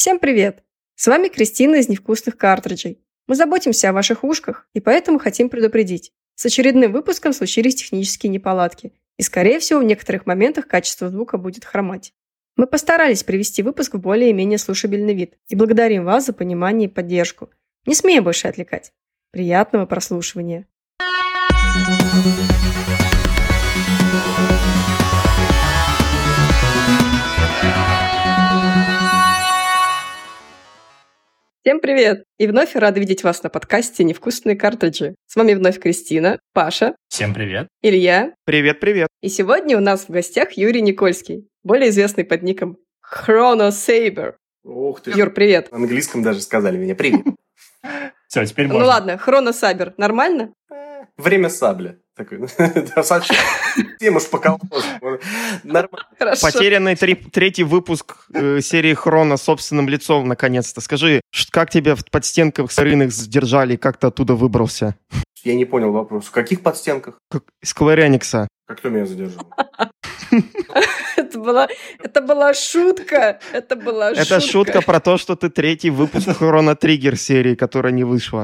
Всем привет! С вами Кристина из «Невкусных картриджей». Мы заботимся о ваших ушках и поэтому хотим предупредить. С очередным выпуском случились технические неполадки, и, скорее всего, в некоторых моментах качество звука будет хромать. Мы постарались привести выпуск в более-менее слушабельный вид и благодарим вас за понимание и поддержку. Не смеем больше отвлекать. Приятного прослушивания! Всем привет! И вновь рада видеть вас на подкасте «Невкусные картриджи». С вами вновь Кристина, Паша. Всем привет. Илья. Привет-привет. И сегодня у нас в гостях Юрий Никольский, более известный под ником Chrono Saber. Ух ты. Юр, привет. На английском даже сказали мне привет. Все, теперь можно. Ну ладно, Chrono Saber. Нормально? Время сабля. Такой, совсем. Тем уж поколоть. Нормально. Хорошо. Потерянный третий выпуск серии «Хрона» собственным лицом, наконец-то. Скажи, как тебя в подстенках сырых сдержали, как ты оттуда выбрался? Я не понял вопрос. В каких подстенках? Square Enix. Как кто меня задержал? Это была шутка. Это шутка про то, что ты третий выпуск Chrono Trigger серии, которая не вышла.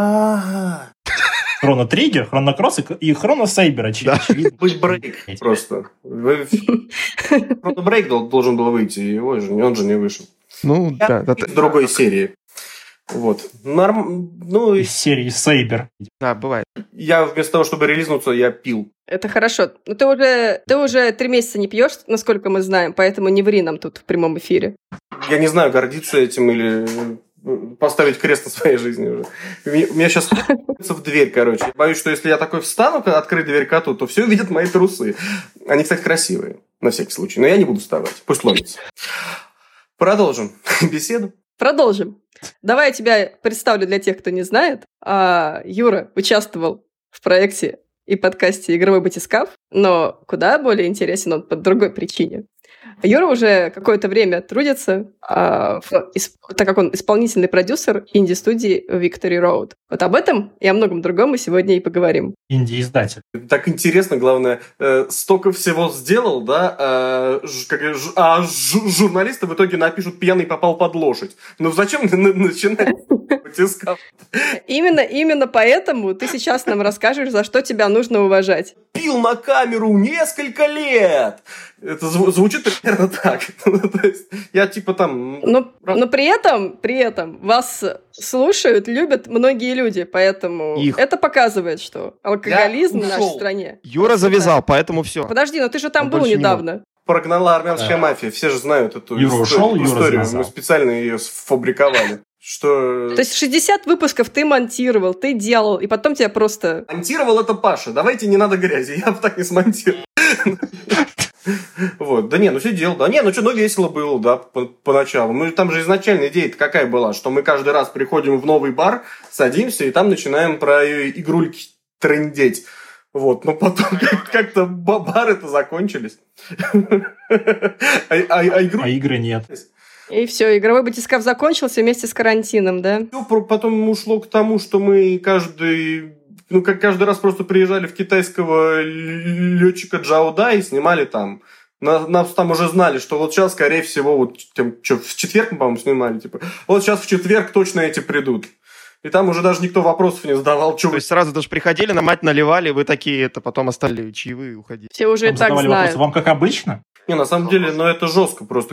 Chrono Trigger, Chrono Cross и Chrono Saber, очевидно. Быть брейк просто. Chrono Break должен был выйти, он же не вышел. Ну, да. В другой серии. Вот. Из серии Saber. Да, бывает. Я вместо того, чтобы релизнуться, я пил. Это хорошо. Но ты уже 3 месяца не пьешь, насколько мы знаем, поэтому не ври нам тут в прямом эфире. Я не знаю, гордиться этим или поставить крест на своей жизни уже. У меня сейчас в дверь, короче. Боюсь, что если я такой встану, открыть дверь коту, то все увидят мои трусы. Они, кстати, красивые, на всякий случай. Но я не буду вставать. Пусть ломится. Продолжим беседу. Продолжим. Давай я тебя представлю для тех, кто не знает. Юра участвовал в проекте и подкасте «Игровой батискаф», но куда более интересен он по другой причине. Юра уже какое-то время трудится, так как он исполнительный продюсер инди-студии Victory Road. Вот об этом и о многом другом мы сегодня и поговорим. Инди-издатель. Так интересно, главное, столько всего сделал, да, журналисты в итоге напишут «пьяный попал под лошадь». Ну зачем начинать батискаф? Именно поэтому ты сейчас нам расскажешь, за что тебя нужно уважать. Пил на камеру несколько лет! Это звучит примерно так. То есть я типа там... Но при этом вас слушают, любят многие люди, поэтому это показывает, что алкоголизм в нашей стране... Юра завязал, поэтому все. Подожди, но ты же там был недавно. Прогнала армянская мафия. Все же знают эту историю. Мы специально ее сфабриковали. Что... То есть 60 выпусков ты монтировал, ты делал, и потом тебя просто... Монтировал это Паша. Давайте не надо грязи. Я бы так не смонтировал. Вот, сидел, весело было, да, поначалу. Ну, там же изначально идея-то какая была, что мы каждый раз приходим в новый бар, садимся, и там начинаем про игрульки трындеть. Вот, но потом как-то бары-то закончились. А игры нет. И все, игровой батискаф закончился вместе с карантином, да? Потом ушло к тому, что мы каждый раз просто приезжали в китайского летчика Джао Да и снимали там. Нас там уже знали, что вот сейчас, скорее всего, в четверг мы, по-моему, снимали, вот сейчас в четверг точно эти придут. И там уже даже никто вопросов не задавал. То есть сразу даже приходили, на мать наливали, вы такие, потом оставили чаевые и уходили. Все уже и так знают. Вопросы. Вам как обычно? Не, на самом деле, это жестко просто,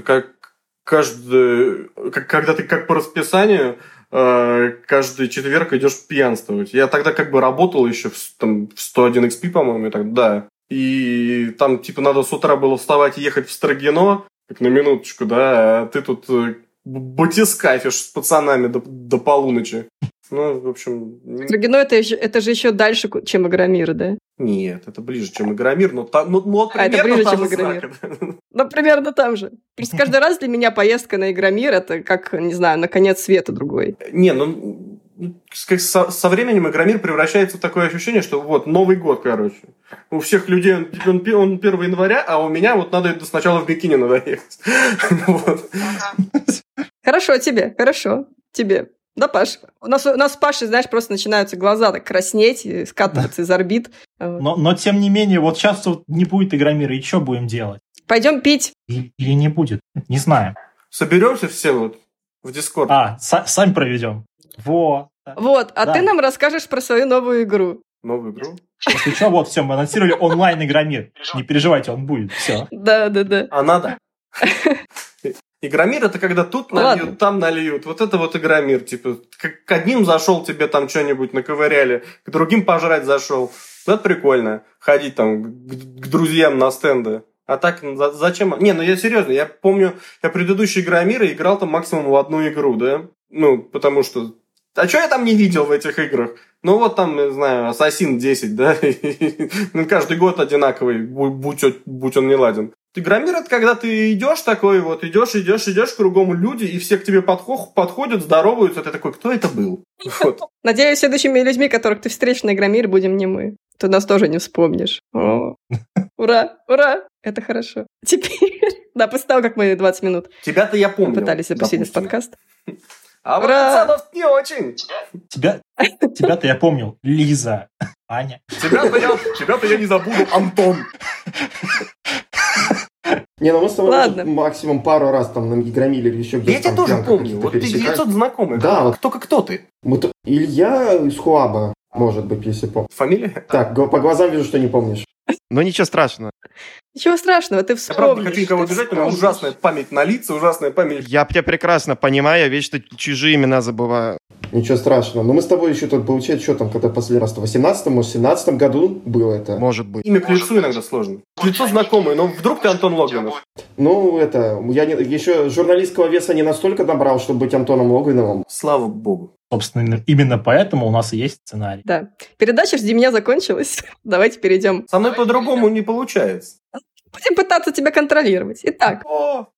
когда ты как по расписанию каждый четверг идешь пьянствовать. Я тогда работал еще в 101 XP, по-моему, да. И там, надо с утра было вставать и ехать в Строгино, как на минуточку, да, а ты тут батискафишь с пацанами до полуночи. Ну, в общем... Строгино это же еще дальше, чем Игромир, да? Нет, это ближе, чем Игромир, но это ближе, чем Игромир. Ну, примерно там же. Просто каждый раз для меня поездка на Игромир это как, не знаю, на конец света другой. Со временем Игромир превращается в такое ощущение, что вот, Новый год, короче. У всех людей он 1 января, а у меня вот надо сначала в бикини надо ехать. Хорошо тебе. Да, Паш. У нас с Пашей, знаешь, просто начинаются глаза так краснеть и скатываться из орбит. Но тем не менее, вот сейчас не будет Игромира, и что будем делать? Пойдем пить. Или не будет? Не знаю. Соберемся все вот В Discord. Сами проведем. Вот. Вот, а Да. ты нам расскажешь про свою новую игру. Новую игру? Если что, вот, все, мы анонсировали онлайн Игромир. Не переживайте, он будет, все. Да. А надо. Игромир — это когда тут Ладно. нальют, там нальют. Вот это вот Игромир. Типа, к одним зашел, тебе там что-нибудь наковыряли, к другим пожрать зашел. Это прикольно. Ходить там к друзьям на стенды. А так, зачем? Не, ну я серьезно, я помню, я предыдущие Игромиры играл там максимум в одну игру, да? Ну, потому что... А что я там не видел в этих играх? Ну, вот там, не знаю, Assassin 10, да? Ну, каждый год одинаковый, будь он не ладен. Игромир — это когда ты идешь такой, вот идешь, кругом люди, и все к тебе подходят, здороваются, ты такой, кто это был? Вот. Надеюсь, следующими людьми, которых ты встретишь на Игромире, будем не мы. Ты нас тоже не вспомнишь. О. Ура, это хорошо. Теперь, да, после того, как мы 20 минут Тебя-то я помню. пытались запустить этот подкаст. А вот Ура! пацанов не очень. Тебя-то я помнил. Лиза, Аня. Тебя-то я не забуду, Антон. Не, ну мы с тобой Ладно. максимум пару раз там на Игромире или еще где-то. Я тебя там тоже пьянка помню. какие-то Вот ты пересекались. 900 знакомых. Да, вот. Кто ты? Илья из Хуаба, может быть, если помнишь. Фамилия? Так, по глазам вижу, что не помнишь. Но ничего страшного. Ничего страшного, ты Я правда не вспомнишь. хочу никого ты обижать, у меня вспомнишь. ужасная память на лица, ужасная память. Я тебя прекрасно понимаю, я вечно чужие имена забываю. Ничего страшного. Но мы с тобой еще тут, получается, что там, когда последний раз-то, в 18-м, может, в 17-м году было это? Может быть. Имя к лицу иногда сложно. Лицо знакомое, но вдруг ты Антон Логвинов. Ну, это, я еще журналистского веса не настолько набрал, чтобы быть Антоном Логвиновым. Слава богу. Собственно, именно поэтому у нас и есть сценарий. Да. Передача «Жди меня» закончилась. Давайте перейдем. Со мной по-другому не получается. Будем пытаться тебя контролировать. Итак, О,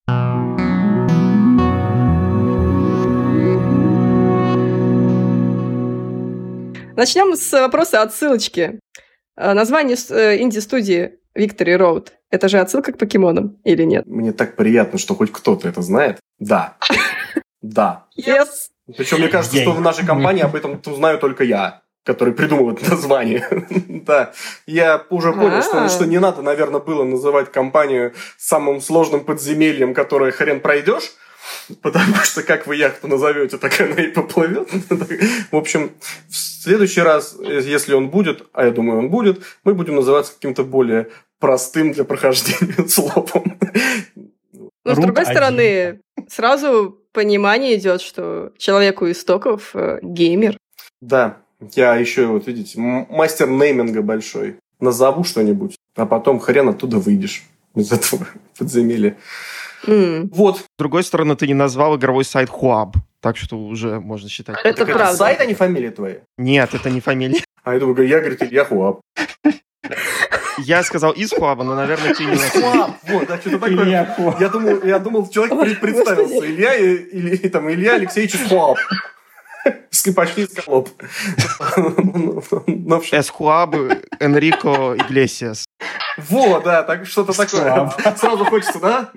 начнем с вопроса отсылочки. Название инди-студии Victory Road. Это же отсылка к покемонам или нет? мне так приятно, что хоть кто-то это знает. Да. Да. Yes! Причем мне кажется, что в нашей компании об этом узнаю только я, который придумал это название. Да. Я уже понял, что не надо, наверное, было называть компанию самым сложным подземельем, которое хрен пройдешь, потому что как вы яхту назовете, так она и поплывет. В общем, в следующий раз, если он будет, а я думаю, он будет, мы будем называться каким-то более простым для прохождения словом. Но, с другой Рут стороны, сразу понимание идет, что человек у истоков геймер. Да, я еще, вот видите, мастер нейминга большой. Назову что-нибудь, а потом хрен оттуда выйдешь из этого подземелья. Вот. С другой стороны, ты не назвал игровой сайт Хуаб, так что уже можно считать. Это Так правда. сайт, а не фамилия твоя? Нет, это не фамилия. А я думаю, я, говорит, Илья Хуаб. Я сказал из Хуаба, но, наверное, ты не назвал. Хуаб, вот, а что-то такое. Я думал, человек представился. Илья Алексеевич Хуаб. Почти скалоп. Эс Хуаб Энрико Иглесиас. Вот, да, так что-то такое. Сразу хочется, да?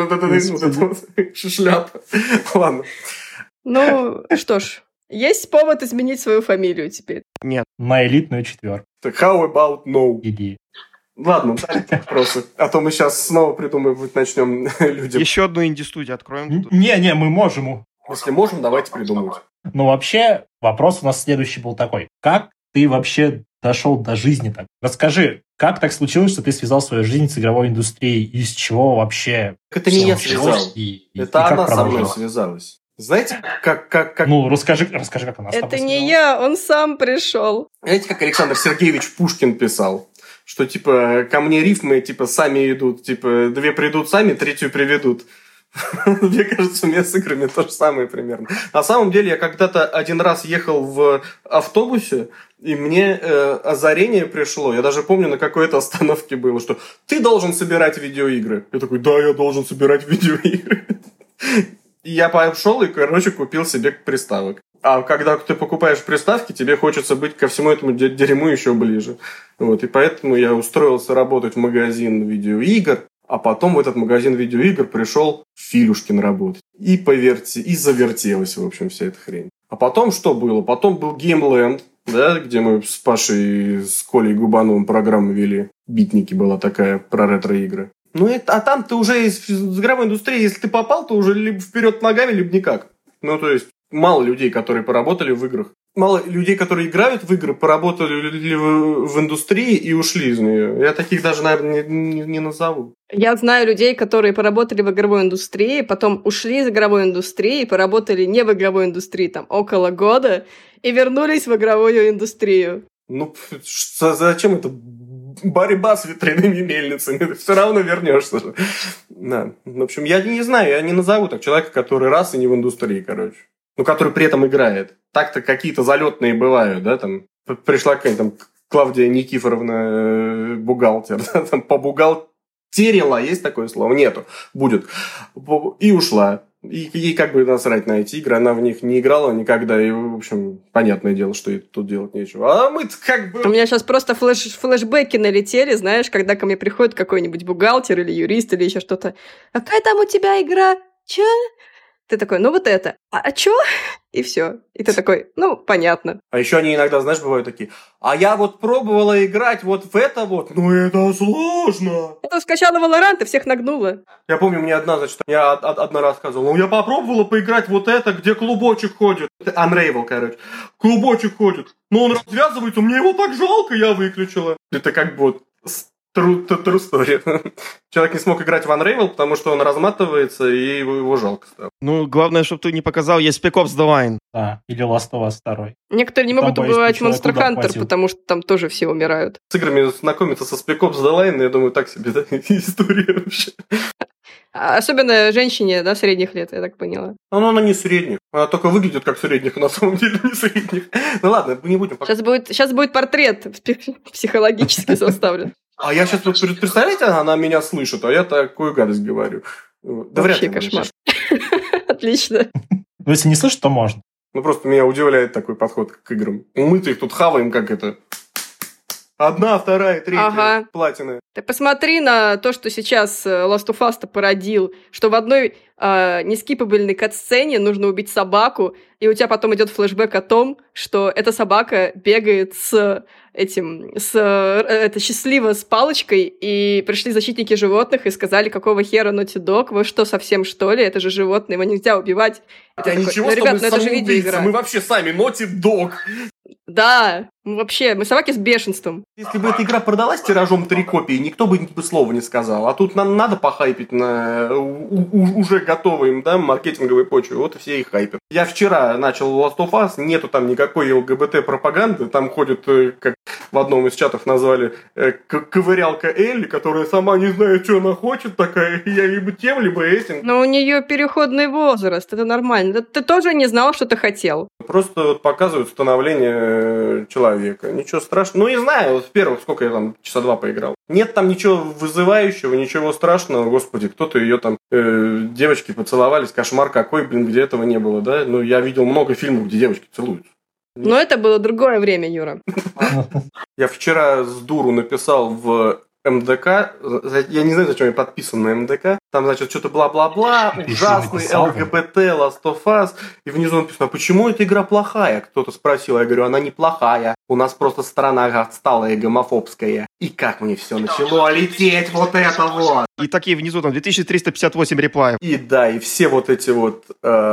Шляпа. Ладно. Ну, что ж, есть повод изменить свою фамилию теперь. Нет. На элитную четверку. Так, how about no? Иди. Ладно, дальше вопросы. А то мы сейчас снова придумывать начнем людям. Еще одну инди-студию откроем. Не, мы можем. Если можем, давайте придумывать. Ну, вообще, вопрос у нас следующий был такой. Как ты вообще дошел до жизни так? Расскажи, как так случилось, что ты связал свою жизнь с игровой индустрией? Из чего вообще... Это не я всё связал. началось и Это как она со мной продолжилось? связалась. Знаете, как... Ну, расскажи, как она с Это тобой не связалась. я, он сам пришел. Знаете, как Александр Сергеевич Пушкин писал? Что, типа, ко мне рифмы, типа, сами идут. Типа, две придут сами, третью приведут. Мне кажется, у меня с играми то же самое примерно. На самом деле, я когда-то один раз ехал в автобусе, и мне озарение пришло. Я даже помню, на какой-то остановке было, что ты должен собирать видеоигры. Я такой, да, я должен собирать видеоигры. И я пошел и, короче, купил себе приставок. А когда ты покупаешь приставки, тебе хочется быть ко всему этому дерьму еще ближе. Вот, и поэтому я устроился работать в магазин видеоигр. А потом в этот магазин видеоигр пришел Филюшкин работать. И завертелась, в общем, вся эта хрень. А потом что было? Потом был Геймленд, да, где мы с Пашей, с Колей Губановым программу вели. Битники была такая про ретро-игры. Ну, а там ты уже из игровой индустрии, если ты попал, то уже либо вперед ногами, либо никак. Ну, то есть, мало людей, которые поработали в играх. Мало людей, которые играют в игры, поработали в индустрии и ушли из нее. Я таких даже, наверное, не назову. Я знаю людей, которые поработали в игровой индустрии, потом ушли из игровой индустрии, поработали не в игровой индустрии, там, около года, и вернулись в игровую индустрию. Ну, зачем это борьба с ветряными мельницами? Ты все равно вернешься же. Да. В общем, я не знаю, я не назову так человека, который раз и не в индустрии, короче. Ну, который при этом играет. Так-то какие-то залетные бывают, да, там. Пришла какая-нибудь там Клавдия Никифоровна, бухгалтер, да, там побухгалтерила, есть такое слово? Нету. Будет. И ушла. И ей как бы насрать на эти игры, она в них не играла никогда, и, в общем, понятное дело, что ей тут делать нечего. А мы-то как бы... У меня сейчас просто флешбеки налетели, знаешь, когда ко мне приходит какой-нибудь бухгалтер или юрист или еще что-то. Какая там у тебя игра? Чё? Ты такой, ну вот это. А чё? И все. И ты такой, ну, понятно. А еще они иногда, знаешь, бывают такие, а я вот пробовала играть вот в это вот, ну это сложно. Это скачала Valorant и всех нагнула. Я помню, мне одна рассказывала, ну я попробовала поиграть вот это, где клубочек ходит. Это Unravel, короче. Клубочек ходит. Но он развязывается, мне его так жалко, я выключила. Это как бы вот... True story. Человек не смог играть в Unravel, потому что он разматывается, и его жалко стало. Ну, главное, чтобы ты не показал, есть Spec Ops The Line. Да, или Last of Us 2. Некоторые не могут убивать Monster Hunter, потому что там тоже все умирают. С играми знакомиться со Spec Ops The Line, я думаю, так себе, да, история вообще. Особенно женщине, да, средних лет, я так поняла. Ну, она не средних. Она только выглядит как средних, а на самом деле не средних. Ну ладно, не будем пока. Сейчас будет портрет психологически составлен. А я сейчас, представляете, она меня слышит, а я такую гадость говорю. Да вряд ли. Вообще кошмар. Отлично. Ну, если не слышит, то можно. Ну, просто меня удивляет такой подход к играм. Мы-то их тут хаваем, как это... 1, 2, 3 платины. Ты посмотри на то, что сейчас Last of Us породил, что в одной нескипабельной кат-сцене нужно убить собаку, и у тебя потом идет флешбэк о том, что эта собака бегает счастливо с палочкой, и пришли защитники животных и сказали, какого хера Naughty Dog, вы что, совсем что ли? Это же животное, его нельзя убивать. Ничего, что мы сами убийцы, мы вообще сами Naughty Dog. Да, мы собаки с бешенством. Если бы эта игра продалась тиражом 3 копии, никто бы слова не сказал. А тут нам надо похайпить на уже готовой им, да, маркетинговой почве. Вот и все их хайпят. Я вчера начал Last of Us, нету там никакой ЛГБТ-пропаганды. Там ходит, как в одном из чатов назвали, ковырялка Элли, которая сама не знает, что она хочет, такая, я либо тем, либо этим. Но у нее переходный возраст, это нормально. Ты тоже не знал, что ты хотел. Просто вот показывают становление человека. Ничего страшного. Ну, не знаю, вот в первых, сколько я там, часа 2 поиграл. Нет там ничего вызывающего, ничего страшного. Господи, кто-то ее там, девочки поцеловались, кошмар какой, блин, где этого не было, да? Ну, я видел много фильмов, где девочки целуются. Но это было другое время, Юра. Я вчера с дуру написал в МДК, я не знаю, зачем я подписан на МДК, там, значит, что-то бла-бла-бла, ужасный ЛГБТ, Last of Us, и внизу написано, почему эта игра плохая? Кто-то спросил, я говорю, она не плохая, у нас просто страна отсталая, гомофобская. И как мне все начало лететь, вот это вот! И такие внизу, там, 2358 реплаев. И да, и все вот эти вот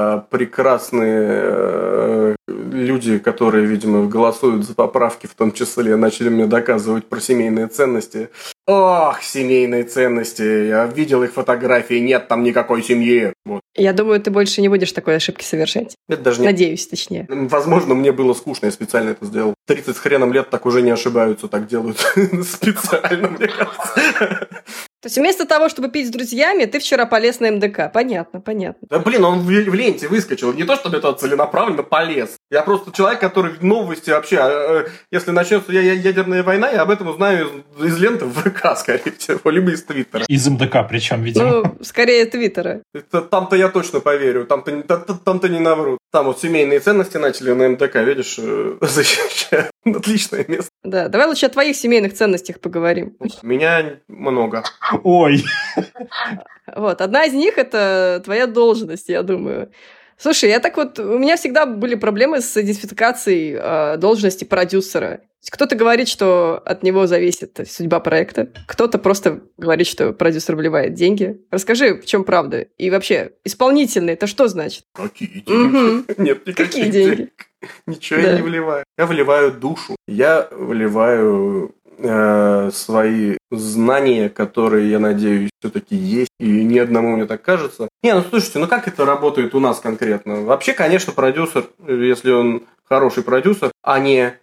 прекрасные люди, которые, видимо, голосуют за поправки, в том числе, начали мне доказывать про семейные ценности. Ох, семейные ценности. Я видел их фотографии, нет там никакой семьи. Вот. Я думаю, ты больше не будешь такой ошибки совершать. Это даже не... Надеюсь, точнее. Возможно, мне было скучно, я специально это сделал. 30 с хреном лет так уже не ошибаются, так делают специально, мне кажется. То есть вместо того, чтобы пить с друзьями, ты вчера полез на МДК. Понятно. Да блин, он в ленте выскочил. Не то, чтобы это целенаправленно полез. Я просто человек, который в новости вообще... Если начнется ядерная война, я об этом узнаю из ленты в ВК, скорее всего, либо из Твиттера. Из МДК причем, видимо. Ну, скорее Твиттера. Там-то я точно поверю, там-то не наврут. Там вот семейные ценности начали на МДК, видишь, защищают. Отличное место. Да, давай лучше о твоих семейных ценностях поговорим. Меня много. Ой. Вот, одна из них – это твоя должность, я думаю. Слушай, у меня всегда были проблемы с идентификацией должности продюсера. Кто-то говорит, что от него зависит судьба проекта, кто-то просто говорит, что продюсер вливает деньги. Расскажи, в чем правда? И вообще, исполнительный, это что значит? Какие деньги? Нет, никаких Какие деньги? Ничего я не вливаю. Я вливаю душу. Я вливаю свои знания, которые, я надеюсь, все-таки есть, и ни одному мне так кажется. Слушайте, как это работает у нас конкретно? Вообще, конечно, продюсер, если он хороший продюсер, а не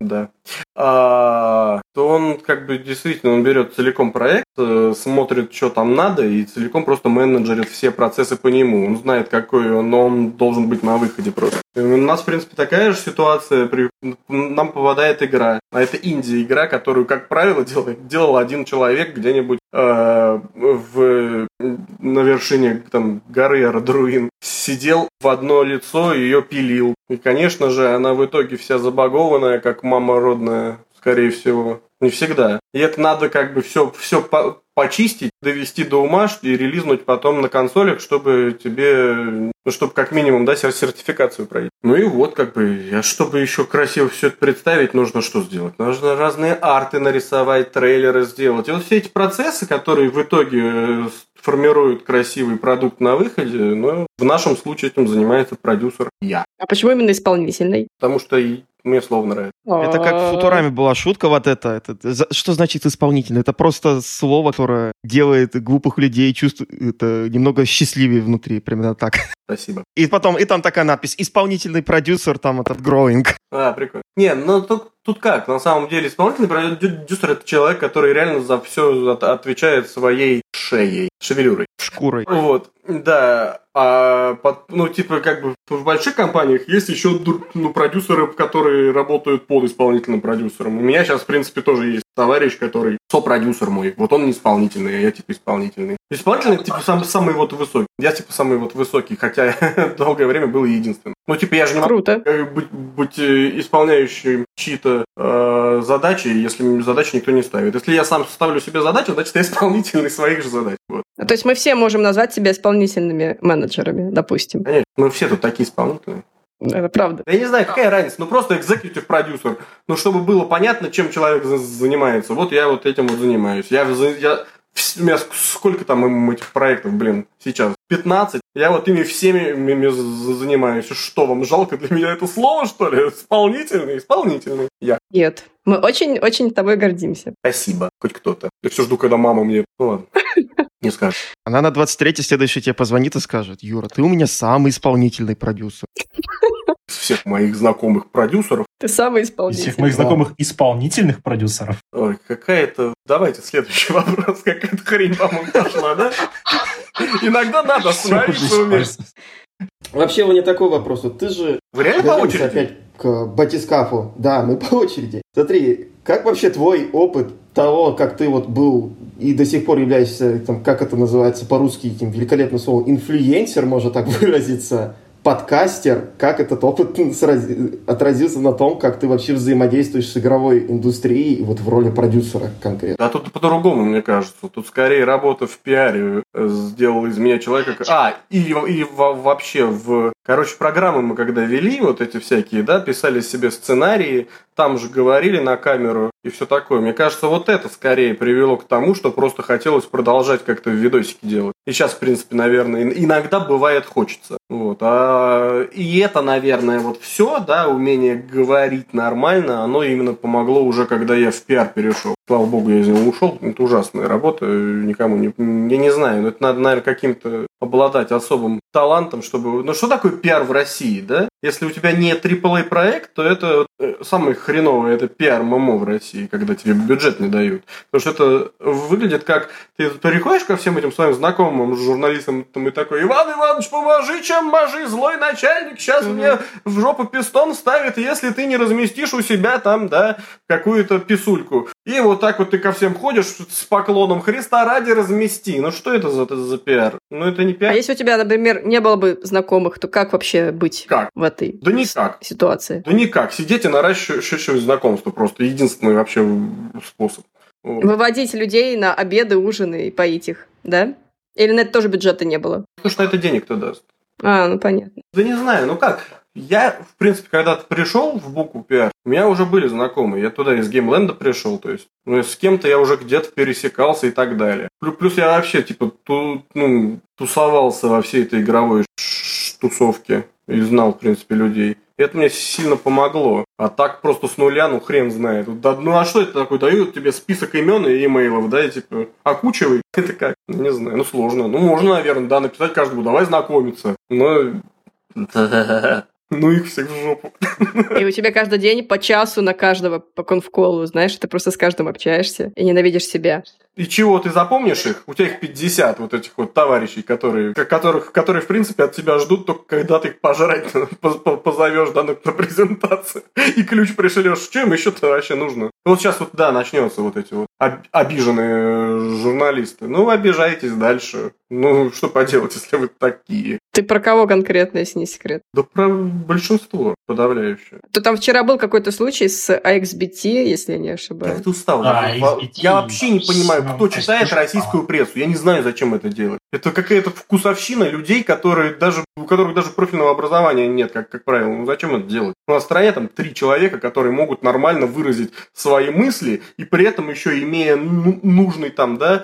то он действительно он берет целиком проект, смотрит, что там надо, и целиком просто менеджерит все процессы по нему. Он знает, какой он должен быть на выходе просто. У нас, в принципе, такая же ситуация. Нам попадает игра. А это инди-игра, которую, как правило, делал один человек где-нибудь на вершине горы Ардруин. Сидел в одно лицо и ее пилил. И, конечно же, она в итоге вся забагованная, как мама родная, скорее всего. Не всегда. И это надо все почистить, довести до ума и релизнуть потом на консолях, чтобы чтобы как минимум, сертификацию пройти. Чтобы еще красиво все это представить, нужно что сделать? Нужно разные арты нарисовать, трейлеры сделать. И все эти процессы, которые в итоге формируют красивый продукт на выходе, в нашем случае этим занимается продюсер я. А почему именно исполнительный? Потому что мне слово нравится. Это как в Футураме была шутка что значит исполнительный? Это просто слово, которое делает глупых людей чувствовать немного счастливее внутри, примерно так. Спасибо. И там такая надпись: исполнительный продюсер, Growing. Прикольно. Тут как? На самом деле исполнительный продюсер — это человек, который реально за все отвечает своей шевелюрой. Шкурой. Да. В больших компаниях есть еще продюсеры, которые работают под исполнительным продюсером. У меня сейчас, в принципе, тоже есть товарищ, который сопродюсер мой. Он не исполнительный, а я исполнительный. Исполнительный самый высокий. Я самый высокий, хотя долгое время был единственным. Я же не могу быть исполняющим чьи-то задачи, если задачи никто не ставит. Если я сам ставлю себе задачу, значит, я исполнительный своих же задач. То есть мы все можем назвать себя исполнительными менеджерами, допустим. Конечно, мы все тут такие исполнительные. Это правда. Я не знаю, какая разница, просто executive продюсер. Чтобы было понятно, чем человек занимается. Я этим занимаюсь. У меня сколько там этих проектов, сейчас? 15. Я ими всеми занимаюсь. Что, вам жалко для меня это слово, что ли? Исполнительный. Я. Нет. Мы очень тобой гордимся. Спасибо. Хоть кто-то. Я все жду, когда мама мне... ладно. Не скажет. Она на 23-й следующий тебе позвонит и скажет: Юра, ты у меня самый исполнительный продюсер. Из всех моих знакомых продюсеров. Ты самый исполнительный. Из всех моих знакомых исполнительных продюсеров. Ой, какая-то... Давайте следующий вопрос. Какая-то хрень, по-моему, пошла, да? Иногда надо остановиться уметь. Вообще, у меня такой вопрос. Ты же... Вы реально по очереди? Опять к батискафу. Да, мы по очереди. Смотри, как вообще твой опыт того, как ты был и до сих пор являешься, как это называется по-русски, этим великолепным словом, инфлюенсер, можно так выразиться, подкастер, как этот опыт отразился на том, как ты вообще взаимодействуешь с игровой индустрией в роли продюсера конкретно? Да тут по-другому, мне кажется. Тут скорее работа в пиаре сделала из меня человека... вообще программы мы когда вели, эти всякие, писали себе сценарии, там же говорили на камеру и все такое. Мне кажется, это скорее привело к тому, что просто хотелось продолжать как-то видосики делать. И сейчас, в принципе, наверное, иногда бывает хочется. И это, наверное, все, умение говорить нормально, оно именно помогло уже, когда я в пиар перешел. Слава богу, я из него ушел. Это ужасная работа, никому не... Я не знаю, это надо, наверное, каким-то обладать особым талантом, чтобы... что такое пиар в России, да? Если у тебя не AAA проект, то это самое хреновое, это пиар ММО в России, когда тебе бюджет не дают. Потому что это выглядит как... Ты приходишь ко всем этим своим знакомым журналистам и такой: Иван Иванович, поможи, чем можи, злой начальник сейчас мне в жопу пистон ставит, если ты не разместишь у себя там, какую-то писульку. И так ты ко всем ходишь с поклоном: Христа ради размести. Что это за пиар? Это не пиар. А если у тебя, например, не было бы знакомых, то как вообще быть в этой ситуации? Да никак. Сидеть и наращивать знакомство просто. Единственный вообще способ. Выводить людей на обеды, ужины и поить их, да? Или на это тоже бюджета не было? Потому что это денег-то даст. Ну понятно. Да не знаю, ну как? Я, в принципе, когда-то пришел в букву пиар, у меня уже были знакомые. Я туда из геймленда пришел, то есть, ну, с кем-то я уже где-то пересекался и так далее. Плюс я вообще, типа, тусовался во всей этой игровой тусовке и знал, в принципе, людей. И это мне сильно помогло. А так просто с нуля, ну, хрен знает. Ну, а что это такое? Дают тебе список имен и имейлов, да, и типа, окучивай. Это как? Не знаю, ну, сложно. Ну, можно, наверное, да, написать каждому, давай знакомиться. Но... Ну их всех в жопу. И у тебя каждый день по часу на каждого по конфколу, знаешь, ты просто с каждым общаешься и ненавидишь себя. И чего, ты запомнишь их? У тебя их 50 вот этих вот товарищей, которые, в принципе, от тебя ждут только когда ты их пожрать позовешь, да, на презентацию. И ключ пришлешь. Что им еще-то вообще нужно? Вот сейчас вот, да, начнется вот эти вот обиженные журналисты. Ну, обижайтесь дальше. Ну, что поделать, если вы такие? Ты про кого конкретно, если не секрет? Да про большинство подавляющее. То там вчера был какой-то случай с AXBT, если я не ошибаюсь. Я устал. Я вообще не понимаю, кто читает российскую прессу. Я не знаю, зачем это делать. Это какая-то вкусовщина людей, у которых даже профильного образования нет, как правило. Ну зачем это делать? У нас в стране там 3 человека, которые могут нормально выразить свои мысли, и при этом еще имея нужный там, да,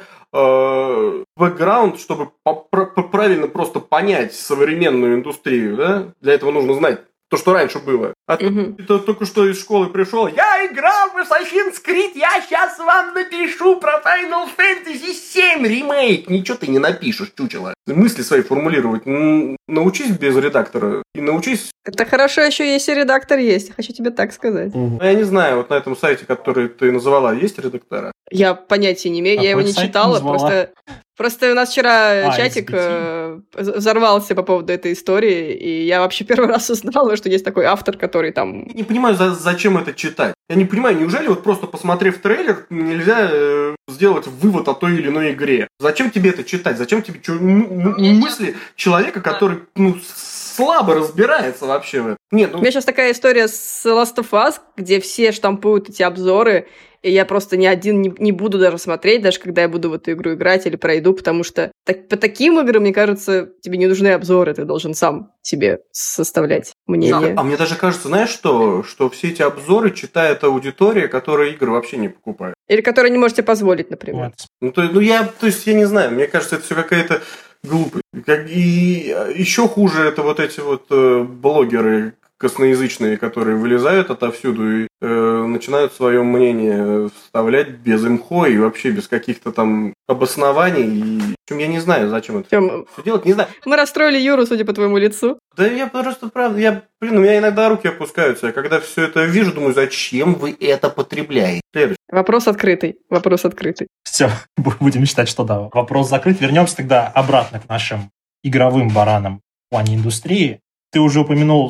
бэкграунд, чтобы правильно просто понять современную индустрию, да? Для этого нужно знать то, что раньше было. А ты только что из школы пришел, я играл в Assassin's Creed, я сейчас вам напишу про Final Fantasy 7 ремейк. Ничего ты не напишешь, чучело. Мысли свои формулировать научись без редактора и научись... Это хорошо, еще если редактор есть, хочу тебе так сказать. Я не знаю, вот на этом сайте, который ты называла, есть редактора? Я понятия не имею, я его не читала, просто у нас вчера чатик взорвался по поводу этой истории, и я вообще первый раз узнала, что есть такой автор, который там... Я не понимаю, зачем это читать. Я не понимаю, неужели вот просто посмотрев трейлер, нельзя сделать вывод о той или иной игре? Зачем тебе это читать? Зачем тебе мысли человека, который, слабо разбирается вообще в этом? Нет, У меня сейчас такая история с Last of Us, где все штампуют эти обзоры, и я просто ни один не буду даже смотреть, даже когда я буду в эту игру играть или пройду, потому что по таким играм, мне кажется, тебе не нужны обзоры, ты должен сам себе составлять мнение. А мне даже кажется, знаешь что все эти обзоры читает аудитория, которая игры вообще не покупает. Или которая не можете позволить, например. Я не знаю, мне кажется, это все какая-то глупость. И еще хуже это вот эти вот блогеры косноязычные, которые вылезают отовсюду и начинают свое мнение вставлять без имхо и вообще без каких-то там обоснований. И, в общем, я не знаю, зачем это все делать, не знаю. Мы расстроили Юру, судя по твоему лицу. Да я просто, правда, у меня иногда руки опускаются. Я когда все это вижу, думаю, зачем вы это потребляете? Следующий. Вопрос открытый. Все, будем считать, что да. Вопрос закрыт. Вернемся тогда обратно к нашим игровым баранам в плане индустрии. Ты уже упомянул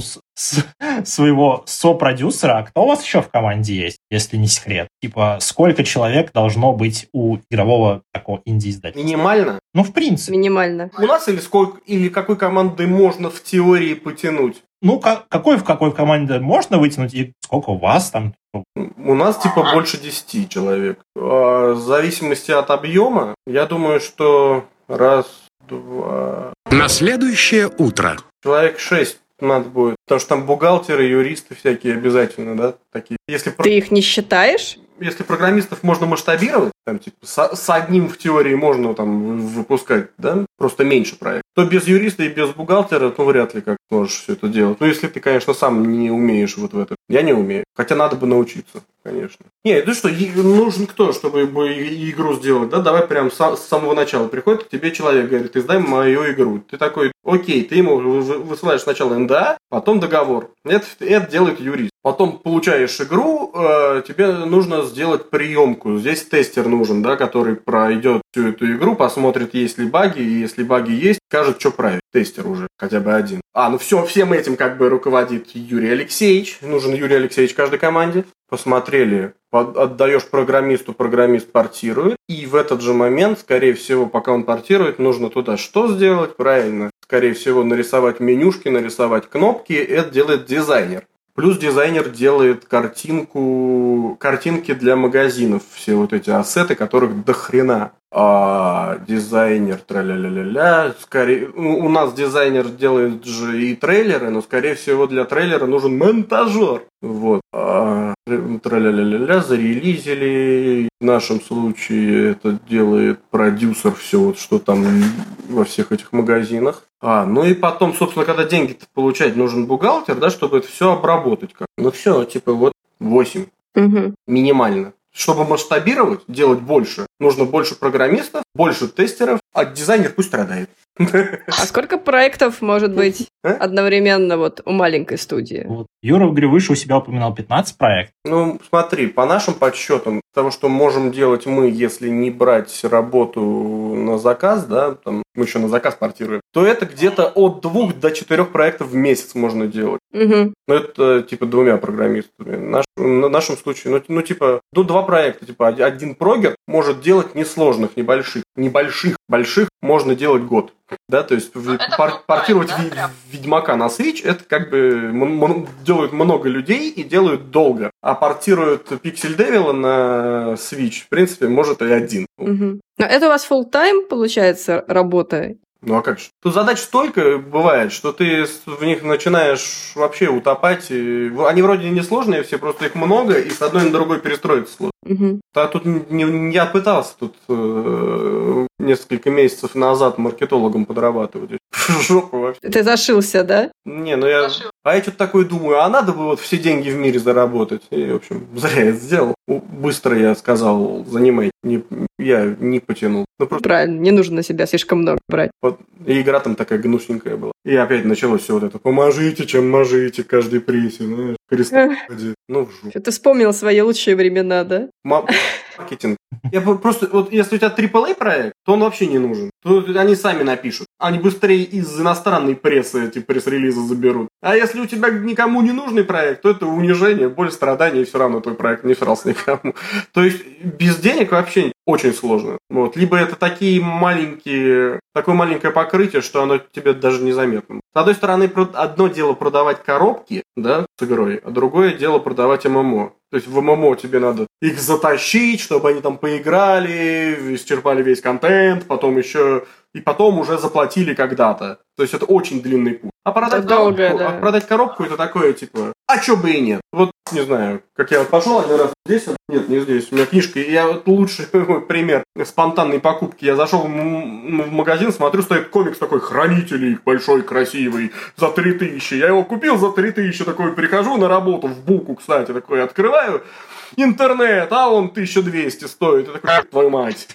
своего сопродюсера. А кто у вас еще в команде есть, если не секрет? Типа, сколько человек должно быть у игрового такого инди-издателя? Минимально? Ну, в принципе. Минимально. У нас или какой командой можно в теории потянуть? Ну, какой в какой команде можно вытянуть и сколько у вас там? У нас типа больше 10 человек. В зависимости от объема, я думаю, что раз, два... На следующее утро. Человек 6 надо будет. Потому что там бухгалтеры, юристы всякие обязательно, да, такие. Ты их не считаешь? Если программистов можно масштабировать, там, типа, с одним в теории можно там выпускать, да, просто меньше проектов, то без юриста и без бухгалтера, вряд ли как сможешь все это делать. Ну, если ты, конечно, сам не умеешь вот в этом. Я не умею. Хотя надо бы научиться, конечно. Не, ну что, нужен кто, чтобы игру сделать, да? Давай прям с самого начала. Приходит к тебе человек, говорит, издай мою игру. Ты такой, окей, ты ему высылаешь сначала НДА, потом договор. Это делает юрист. Потом получаешь игру, тебе нужно сделать приемку. Здесь тестер нужен, да, который пройдет всю эту игру, посмотрит, есть ли баги, и если баги есть, скажет, что править. Тестер уже, хотя бы один. Всем этим как бы руководит Юрий Алексеевич. Нужен Юрий Алексеевич каждой команде. Посмотрели, отдаешь программисту, программист портирует. И в этот же момент, скорее всего, пока он портирует, нужно туда что сделать? Правильно. Скорее всего, нарисовать менюшки, нарисовать кнопки. Это делает дизайнер. Плюс дизайнер делает картинки для магазинов. Все вот эти ассеты, которых до хрена. а дизайнер тра-ля-ля-ля-ля. Скорее, у нас дизайнер делает же и трейлеры, но, скорее всего, для трейлера нужен монтажер. Вот. Тра-ля-ля-ля-ля, зарелизили. В нашем случае это делает продюсер, все вот, что там во всех этих магазинах. Ну и потом, собственно, когда деньги получать, нужен бухгалтер, да, чтобы это все обработать. Ну все, типа вот 8. Минимально. Чтобы масштабировать, делать больше, нужно больше программистов, больше тестеров, а дизайнер пусть страдает. А сколько проектов может быть одновременно вот у маленькой студии? Вот. Юра в игре выше у себя упоминал 15 проектов. Ну, смотри, по нашим подсчетам, того, что можем делать мы, если не брать работу на заказ, да, там мы еще на заказ портируем, то это где-то от 2 до 4 проектов в месяц можно делать. Угу. Ну, это типа 2 программистами. В нашем случае, ну, типа, 2 проекта, типа, один прогер может делать несложных, небольших. Больших можно делать год. Да, то есть портировать Ведьмака на Switch, это как бы делают много людей и делают долго. А портируют Pixel Devil на Switch, в принципе, может и один. Угу. Но это у вас full-time, получается, работа? Ну а как же? Тут задач столько бывает, что ты в них начинаешь вообще утопать. Они вроде не сложные все, просто их много, и с одной на другой перестроиться сложно. Угу. А тут я пытался несколько месяцев назад маркетологом подрабатывать. Жопа вообще. Ты зашился, да? Не, ну я... А я что-то такое думаю, а надо бы вот все деньги в мире заработать. И, в общем, зря я это сделал. Быстро я сказал, занимай. Я не потянул. Просто... Правильно, не нужно на себя слишком много брать. Вот. И игра там такая гнусненькая была. И опять началось все вот это. Поможите, чем можете, каждой прессе, знаешь. Христофоди. Ну, жуть. Ты вспомнил свои лучшие времена, да? Маркетинг. Я просто, вот если у тебя AAA проект, то он вообще не нужен. То они сами напишут. Они быстрее из иностранной прессы эти пресс-релизы заберут. А если у тебя никому не нужный проект, то это унижение, боль, страдания, и все равно твой проект не срался никому. То есть без денег вообще очень сложно. Вот. Либо это такое маленькое покрытие, что оно тебе даже незаметно. С одной стороны, одно дело продавать коробки, да, с игрой, а другое дело продавать ММО. То есть в ММО тебе надо их затащить, чтобы они там поиграли, исчерпали весь контент, потом уже заплатили когда-то. То есть это очень длинный путь. А продать коробку это такое, типа, а чё бы и нет. Вот, не знаю, как я вот пошел один раз здесь, нет, не здесь, у меня книжка, и я вот лучший пример спонтанной покупки. Я зашел в магазин, смотрю, стоит комикс такой, Хранителей, большой, красивый, за 3000. Я его купил за 3000, такой, прихожу на работу, в Буку, кстати, такой, открываю интернет, а он 1200 стоит. Я такой, твою мать.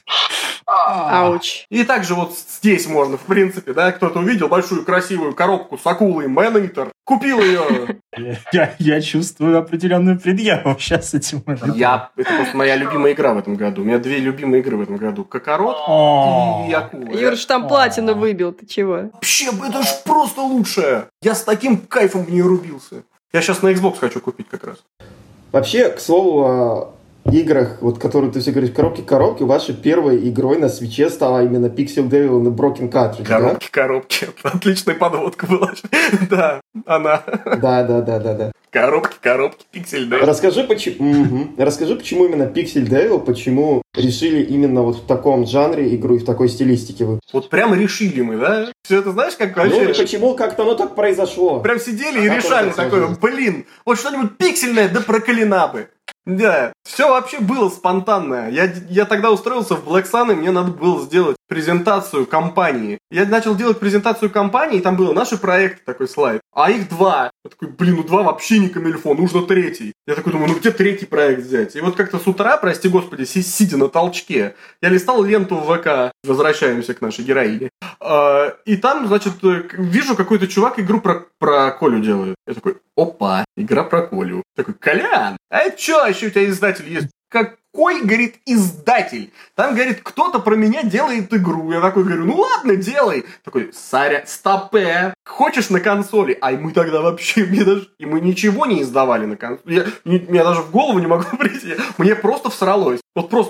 Ауч. И также вот здесь можно, в принципе, да, кто-то увидел большую красивую коробку с акулой Man-Eater, купил ее. Я чувствую определенную предъяву сейчас с этим. Это просто моя любимая игра в этом году. У меня 2 любимые игры в этом году. Кокорот и акула. Юрш там платину выбил, ты чего? Вообще, это ж просто лучшее. Я с таким кайфом в нее рубился. Я сейчас на Xbox хочу купить как раз. Вообще, к слову, о играх, вот, которые ты все говоришь, коробки, вашей первой игрой на Switch'е стала именно Pixel Devil на Broken Cartridge, Коробки. Отличная подводка была. Да, она. Да. Коробки, Pixel Devil. Расскажи, почему именно Pixel Devil, почему решили именно вот в таком жанре игру и в такой стилистике вы? Вот прям решили мы, да? Все это знаешь, как вообще? Ну, почему как-то оно так произошло? Прям сидели и решали такое, вот что-нибудь пиксельное, да проколена бы. Да, все вообще было спонтанное. Я тогда устроился в Black Sun, и мне надо было сделать презентацию компании. Я начал делать презентацию компании, и там было наши проекты, такой слайд. А их 2. Я такой, 2 вообще не камильфо, нужно 3. Я такой думаю, где 3 проект взять? И вот как-то с утра, прости господи, сидя на толчке, я листал ленту в ВК, возвращаемся к нашей героине. И там, значит, вижу, какой-то чувак игру про Колю делает. Я такой, опа, игра про Колю. Такой, Колян, а это что, еще у тебя издатель есть? Какой, говорит, издатель? Там, говорит, кто-то про меня делает игру. Я такой говорю, ну ладно, делай. Такой, стопе, хочешь на консоли? А мы тогда вообще, мы ничего не издавали на консоли. Я даже в голову не могу прийти. Мне просто всралось. Вот просто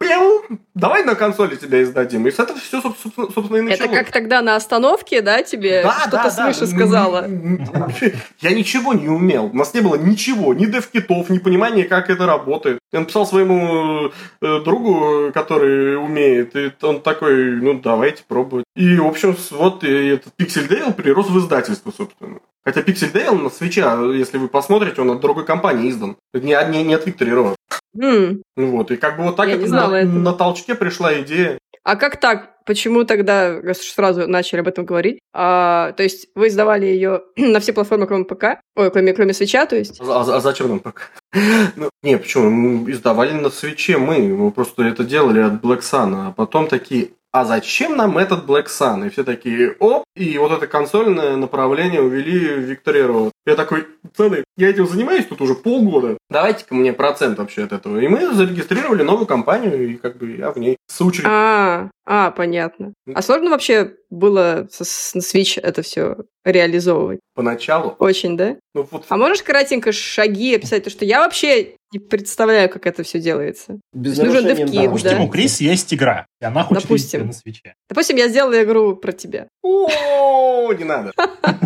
давай на консоли тебя издадим. И с этого все, собственно, и началось. Это как тогда на остановке, да, тебе что-то свыше сказала? Я ничего не умел. У нас не было ничего, ни дев-китов, ни понимания, как это работает. Я написал своему другу, который умеет, и он такой, давайте пробовать. И, в общем, вот этот Pixel Dale перерос в издательство, собственно. Хотя Pixel Dale на Switch'а, если вы посмотрите, он от другой компании издан. Не от Victory Road. Вот, и как бы вот так на толчке пришла идея. А как так? Почему тогда сразу начали об этом говорить? То есть вы издавали ее на все платформы, кроме ПК? Кроме Switch'а, то есть? А зачем нам ПК? Не, почему? Мы издавали на Switch'е мы просто это делали от Black Sun, а потом такие... А зачем нам этот Black Sun? И все такие, и вот это консольное направление увели в Victory Road. Я такой, пацаны, я этим занимаюсь тут уже полгода. Давайте-ка мне процент вообще от этого. И мы зарегистрировали новую компанию, и как бы я в ней соучредитель. Понятно. А сложно вообще было на Switch это все реализовывать? Поначалу. Очень, да? А можешь кратенько шаги описать? Потому что я вообще не представляю, как это все делается. Без нужен нарушения, DevKit, Допустим, у Крис есть игра, и она хочет видеть ее на свитче. Допустим, я сделала игру про тебя. Не надо.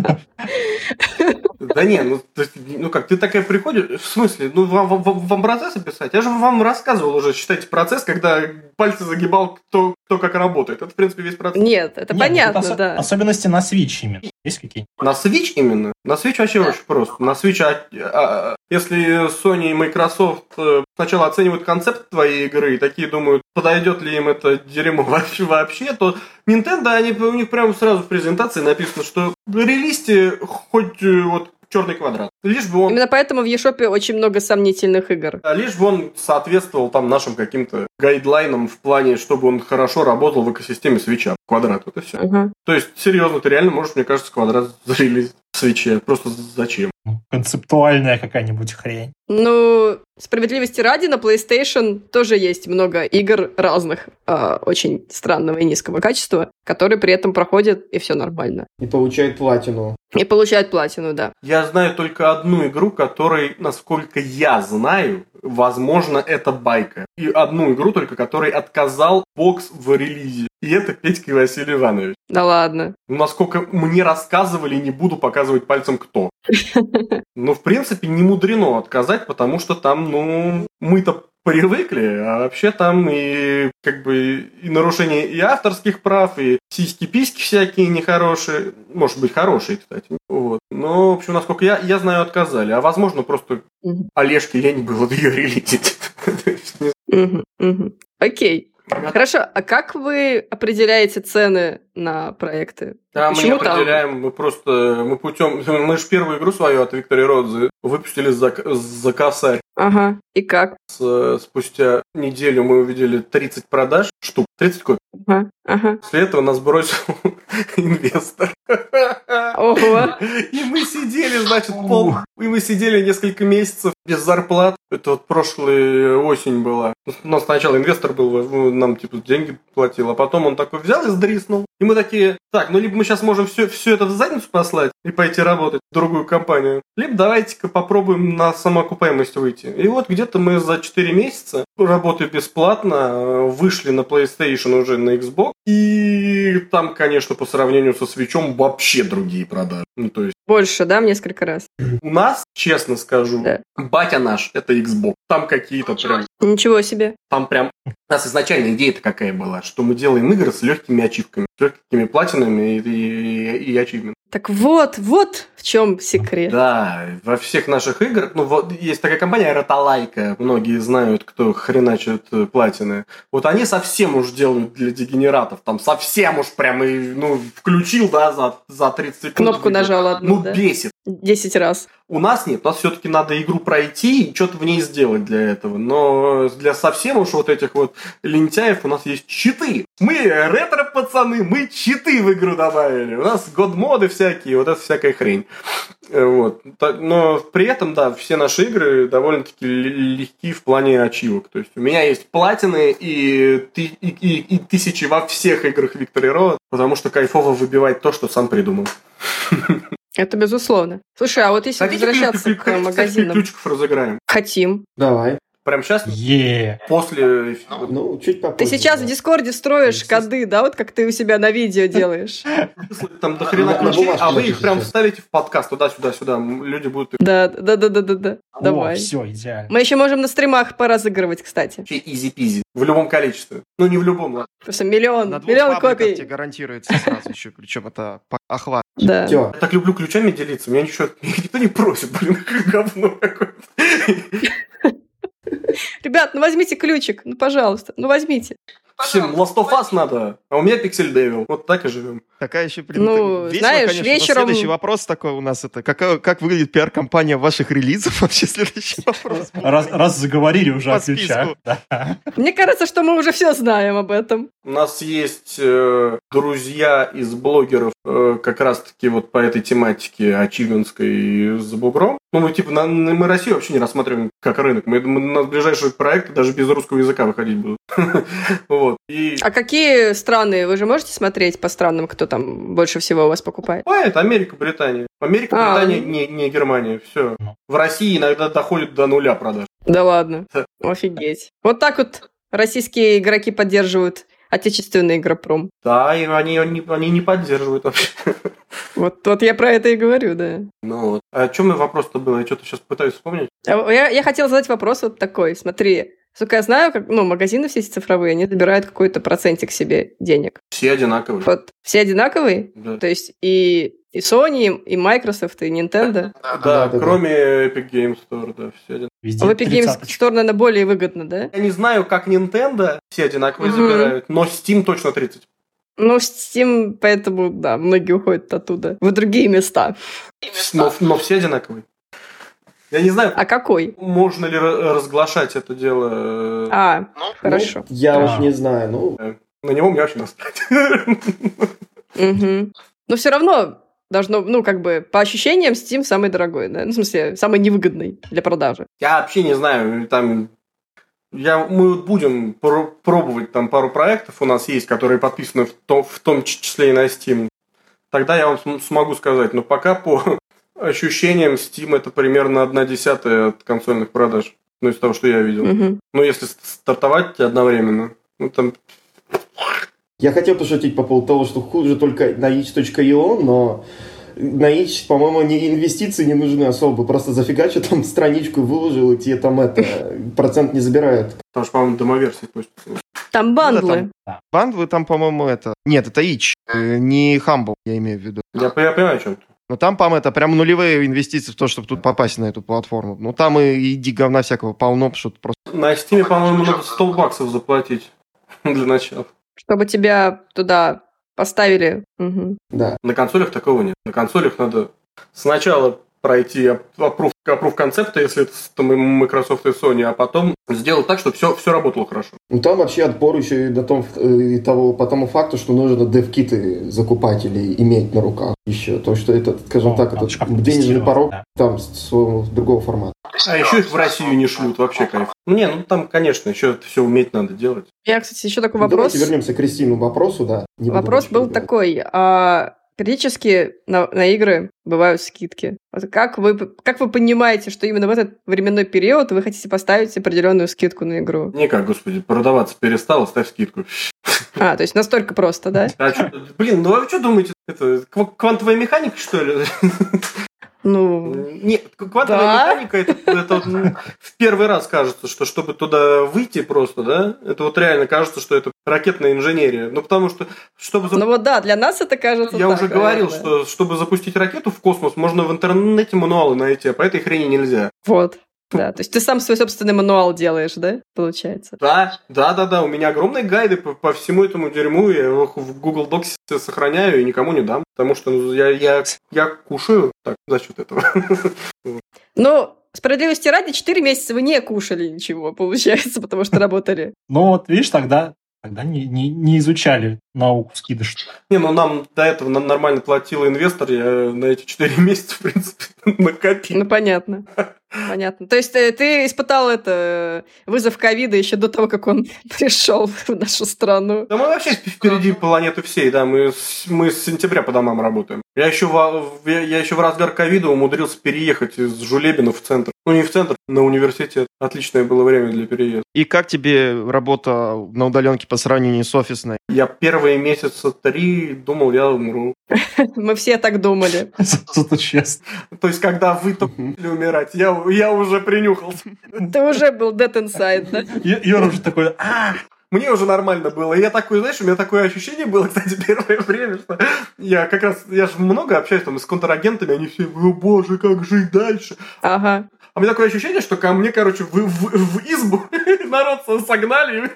Да не, как, ты такая приходишь, в смысле, вам процесс описать? Я же вам рассказывал уже, считайте, процесс, когда пальцы загибал, кто как работает. Это, в принципе, весь процесс. Нет, это понятно, да. Особенности на Switch именно. Есть какие-нибудь? На Switch именно? На Switch вообще очень просто. На Switch, если Sony и Microsoft сначала оценивают концепт твоей игры и такие думают, подойдет ли им это дерьмо вообще, то Nintendo, у них прямо сразу в презентации написано, что релизьте хоть вот черный квадрат. Лишь бы он... Именно поэтому в eShop очень много сомнительных игр. Лишь бы он соответствовал там нашим каким-то гайдлайнам в плане, чтобы он хорошо работал в экосистеме свитча. Квадрат, вот и все. То есть, серьезно, ты реально можешь, мне кажется, квадрат зарелизить в свитче. Просто зачем? Концептуальная какая-нибудь хрень. Справедливости ради, на PlayStation тоже есть много игр разных, очень странного и низкого качества, которые при этом проходят, и все нормально. И получают платину. Да. Я знаю только одну игру, которой, насколько я знаю, возможно, это байка. И одну игру только, которой отказал бокс в релизе. И это Петька и Василий Иванович. Да ладно. Насколько мне рассказывали, не буду показывать пальцем кто. В принципе, не мудрено отказать, потому что там, мы-то привыкли, а вообще там и и нарушение и авторских прав, и сиськи-письки всякие нехорошие. Может быть, хорошие, кстати. Вот. Но, в общем, насколько я знаю, отказали. А возможно, просто Олежке лень было ее релизить. Окей. Хорошо, а как вы определяете цены на проекты? Да, мы не определяем, мы же первую игру свою от Victory Road выпустили за косарь. Ага, и как? Спустя неделю мы увидели 30 продаж, штук, 30 копий. Ага. После этого нас бросил инвестор. Ого. И мы сидели, несколько месяцев без зарплат. Это вот прошлая осень была. У нас сначала инвестор был, нам деньги платил, а потом он такой взял и сдриснул. И мы такие, либо мы сейчас можем все это в задницу послать и пойти работать в другую компанию, либо давайте-ка попробуем на самоокупаемость выйти. И вот где-то мы за 4 месяца, работая бесплатно, вышли на PlayStation уже на Xbox. И там, конечно, по сравнению со Switch'ом вообще другие продажи. То есть... Больше, да, в несколько раз? У нас, честно скажу, батя наш, это Xbox. Там какие-то прям... Ничего себе. Там прям... У нас изначально идея-то какая была, что мы делаем игры с легкими ачивками, с легкими платинами и ачивками. Так вот в чем секрет. Да, во всех наших играх, есть такая компания Роталайка, многие знают, кто хреначит платины. Вот они совсем уж делают для дегенератов, там совсем уж прям, включил, за 30 секунд. Кнопку нажал одну, да? Бесит. 10 раз. У нас нет, у нас все-таки надо игру пройти и что-то в ней сделать для этого. Но для совсем уж вот этих вот лентяев у нас есть читы. Мы ретро-пацаны, мы читы в игру добавили. У нас год-моды всякие, вот это всякая хрень. Вот. Но при этом, да, все наши игры довольно-таки легки в плане ачивок. То есть у меня есть платины и тысячи во всех играх Victory Road, потому что кайфово выбивать то, что сам придумал. Это безусловно. Слушай, а вот если возвращаться к магазинам... ключиков разыграем? Хотим. Давай. Прям сейчас? Е. После... Ну, чуть попозже. Ты сейчас в Дискорде строишь коды, да, вот как ты у себя на видео делаешь. Там до хрена На ключей, бумажке а вы их напишите. прям вставите в подкаст туда-сюда. Люди будут... Да. О, Давай. все, идеально. Мы еще можем на стримах поразыгрывать, кстати. Вообще изи-пизи. В любом количестве. Ну, не в любом, ладно. Просто миллион На 2 миллион пабликах тебе копий. гарантируется сразу еще, причем это охват. Да. Все. Я так люблю ключами делиться. Меня ничего никто не просит, блин, говно какое-то. Ребят, ну возьмите ключик, ну пожалуйста, ну возьмите. Всем Last of Us надо, а у меня Pixel Devil. Вот так и живем. Такая еще, Ну, весело, знаешь, конечно. Но вечером- следующий вопрос такой у нас это, как выглядит пиар-компания ваших релизов? Вообще следующий вопрос. Раз заговорили уже По о ключах. списку. Да. Мне кажется, что мы уже все знаем об этом. У нас есть друзья из блогеров как раз-таки вот по этой тематике ачивментской с бугром. Ну, мы типа мы Россию вообще не рассматриваем как рынок. У нас ближайшие проекты даже без русского языка выходить будут. Вот. И А какие страны? Вы же можете смотреть по странам, кто там больше всего у вас покупает? это Америка, Британия. Америка, Британия, не Германия. Все. В России иногда доходит до нуля продаж. Да ладно. Да. Офигеть. Вот так вот российские игроки поддерживают отечественный игропром. Да, и они не поддерживают вообще. Вот я про это и говорю, да. Ну вот. А о чем мой вопрос-то был? Я что-то сейчас пытаюсь вспомнить. Я хотела задать вопрос вот такой. Смотри, сколько я знаю, как, магазины все эти цифровые, они забирают какой-то процентик себе денег. Все одинаковые. Вот все одинаковые? Да. То есть и Sony, и Microsoft, и Nintendo. Да, кроме Epic Games Store, да, все одинаковые. Везде В Epic Games 30. Store, наверное, более выгодно, да? Я не знаю, как Nintendo все одинаковые Мгм. забирают, но Steam точно 30. Ну, Steam, поэтому, да, многие уходят оттуда, в другие места. Но все одинаковые. Я не знаю, А какой? можно ли разглашать это дело. Хорошо. Я Да. уж не знаю, ну, На него мне вообще насрать. Мгм. Но все равно должно, по ощущениям, Steam самый дорогой, да? Ну, в смысле, самый невыгодный для продажи. Я вообще не знаю, там... Мы будем пробовать там пару проектов у нас есть, которые подписаны в том числе и на Steam. Тогда я вам смогу сказать, но пока по ощущениям Steam это примерно 1/10 от консольных продаж. Ну, из того, что я видел. Мгм. Ну, если стартовать одновременно, ну, там... я хотел пошутить по поводу того, что хуже только на itch.io, но на itch, по-моему, инвестиции не нужны особо. Просто зафигачу там страничку выложил, и тебе там процент не забирают. Потому что, по-моему, демоверсии постятся. Там бандлы. Бандлы там, по-моему, это... Нет, это Itch, не Humble, я имею в виду. Я понимаю, о чем ты. Но там, по-моему, это прям нулевые инвестиции в то, чтобы тут попасть на эту платформу. Ну, там и говна всякого полно, что просто... На Steam, по-моему, надо $100 заплатить для начала. Чтобы тебя туда поставили. Мгм. Да. На консолях такого нет. На консолях надо сначала пройти approve концепта, если это там и Microsoft и Sony, а потом сделать так, чтобы все работало хорошо. Ну, там вообще отбор еще по тому факту, что нужно дев-киты закупать или иметь на руках еще. То, что это, скажем так, надо это же как-то денежный тестировать, порог да. там своего другого формата. А еще их в Россию не шлют, вообще кайф. Ну, там, конечно, еще это все уметь надо делать. Я, кстати, еще такой Ну, вопрос. давайте вернемся к Кристину вопросу, да. Не буду Вопрос больше был перебивать. такой. Периодически на игры бывают скидки. Вот как вы понимаете, что именно в этот временной период вы хотите поставить определенную скидку на игру? Никак, господи, продаваться перестало, ставь скидку. То есть настолько просто, да? Блин, ну а вы что думаете? Это квантовая механика, что ли? Ну, Нет, квантовая Да. механика, это вот, в первый раз кажется, что чтобы туда выйти просто, да, это вот реально кажется, что это ракетная инженерия. Ну, потому что, чтобы... ну вот да, для нас это кажется Я так, уже говорил, наверное. что чтобы запустить ракету в космос, можно в интернете мануалы найти, а по этой хрени нельзя. Вот. Да, то есть ты сам свой собственный мануал делаешь, да, получается? Да, у меня огромные гайды по всему этому дерьму, я его в Google Docs сохраняю и никому не дам, потому что я кушаю так за счет этого. Ну, справедливости ради, 4 месяца вы не кушали ничего, получается, потому что работали. Ну вот, видишь, тогда не изучали науку скидыш. Не, ну нам до этого нормально платил инвестор, я на эти 4 месяца, в принципе, накопил. Ну, понятно. Понятно. То есть ты испытал вызов ковида еще до того, как он пришел в нашу страну. Да мы вообще впереди планеты всей, да, мы с сентября по домам работаем. Я еще в разгар ковида умудрился переехать из Жулебина в центр. Ну, не в центр, на университет. Отличное было время для переезда. И как тебе работа на удаленке по сравнению с офисной? Я первые месяца 3 думал, я умру. Мы все так думали. Зато честно. То есть, когда вы только начали умирать, я уже принюхался. Ты уже был dead inside, да? Юра уже такой, Мне уже нормально было. И я такой, знаешь, у меня такое ощущение было, кстати, первое время, что я же много общаюсь там с контрагентами, они все, о боже, как жить дальше? Ага. А у меня такое ощущение, что ко мне, короче, в избу народ согнали.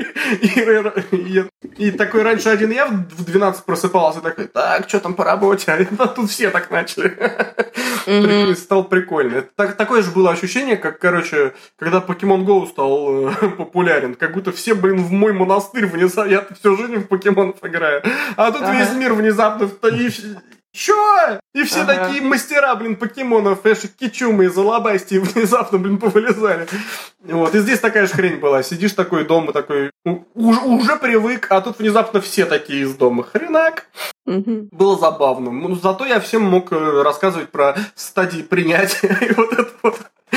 И такой раньше один я в 12 просыпался, такой, так, что там по работе? А тут все так начали. Стало прикольно. Такое же было ощущение, как, короче, когда Pokemon Go стал популярен. Как будто все, в мой монастырь внезапно. Я всю жизнь в покемонов играю. А тут весь мир внезапно... Чё? И все такие мастера, покемонов, Кичумы и Залабасти внезапно, повылезали. Вот, и здесь такая же хрень была. Сидишь такой дома, такой, уже привык, а тут внезапно все такие из дома. Хренак. Было забавно. Ну, зато я всем мог рассказывать про стадии принятия. И вот это вот.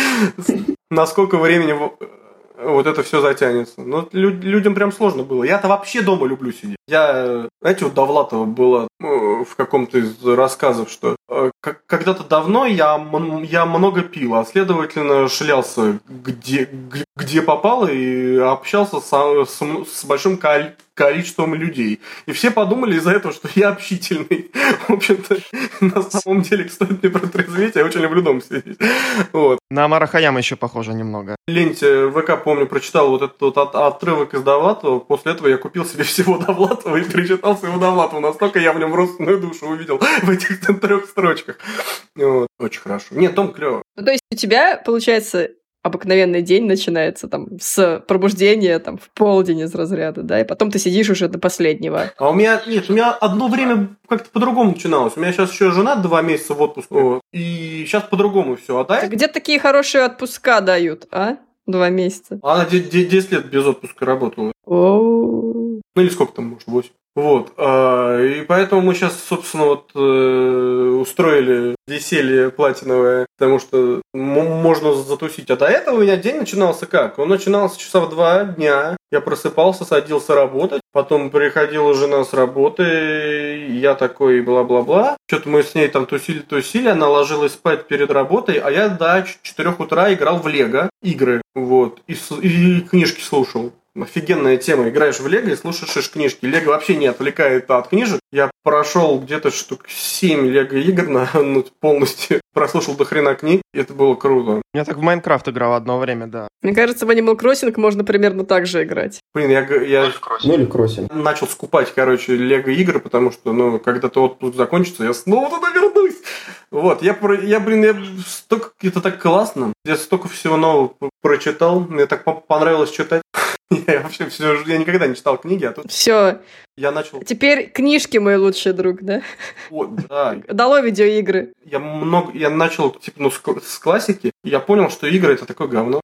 Насколько времени вот это все затянется. Но людям прям сложно было. Я-то вообще дома люблю сидеть. Знаете, у Довлатова было в каком-то из рассказов, что когда-то давно я много пил, а следовательно шлялся где попало и общался с большим количеством людей. И все подумали из-за этого, что я общительный. В общем-то, на самом деле, стоит мне протрезветь, я очень люблю дома сидеть. Вот. На Омара Хайяма еще похоже немного. В ленте ВК, помню, прочитал вот этот вот отрывок из Довлатова. После этого я купил себе всего Довлатова и перечитал всего Довлатова. Настолько я в нем родственную душу увидел в этих 3 строчках. Вот. Очень хорошо. Нет, Том клево. Ну, то есть у тебя, получается, обыкновенный день начинается там с пробуждения там в полдень из разряда, да, и потом ты сидишь уже до последнего. А у меня одно время как-то по-другому начиналось. У меня сейчас еще жена 2 месяца в отпуске, вот, и сейчас по-другому все. А да? Где такие хорошие отпуска дают, а? 2 месяца. Она 10 лет без отпуска работала. О-о-о. Ну или сколько там, может, 8. Вот. И поэтому мы сейчас, собственно, вот устроили веселье платиновое, потому что можно затусить. А до этого у меня день начинался как? Он начинался часа в 2 дня. Я просыпался, садился работать. Потом приходила жена с работы. Я такой бла-бла-бла. Что-то мы с ней там тусили. Она ложилась спать перед работой. А я до 4 утра играл в Лего игры. Вот. И книжки слушал. Офигенная тема. Играешь в Лего и слушаешь книжки. Лего вообще не отвлекает от книжек. Я прошел где-то штук 7 Лего игр полностью. Прослушал до хрена книг. И это было круто. Я так в Майнкрафт играл одно время, да. Мне кажется, в Animal Crossing можно примерно так же играть. Блин, я Ну или Кроссинг. начал скупать, Лего игры, потому что, когда-то отпуск закончится, я снова туда вернусь. Вот, это так классно. Я столько всего нового прочитал. Мне так понравилось читать. Я никогда не читал книги, а тут Все. я начал... Теперь книжки мой лучший друг, да? Вот, да. Дало видеоигры. Я начал, с классики, и я понял, что игры это такое говно.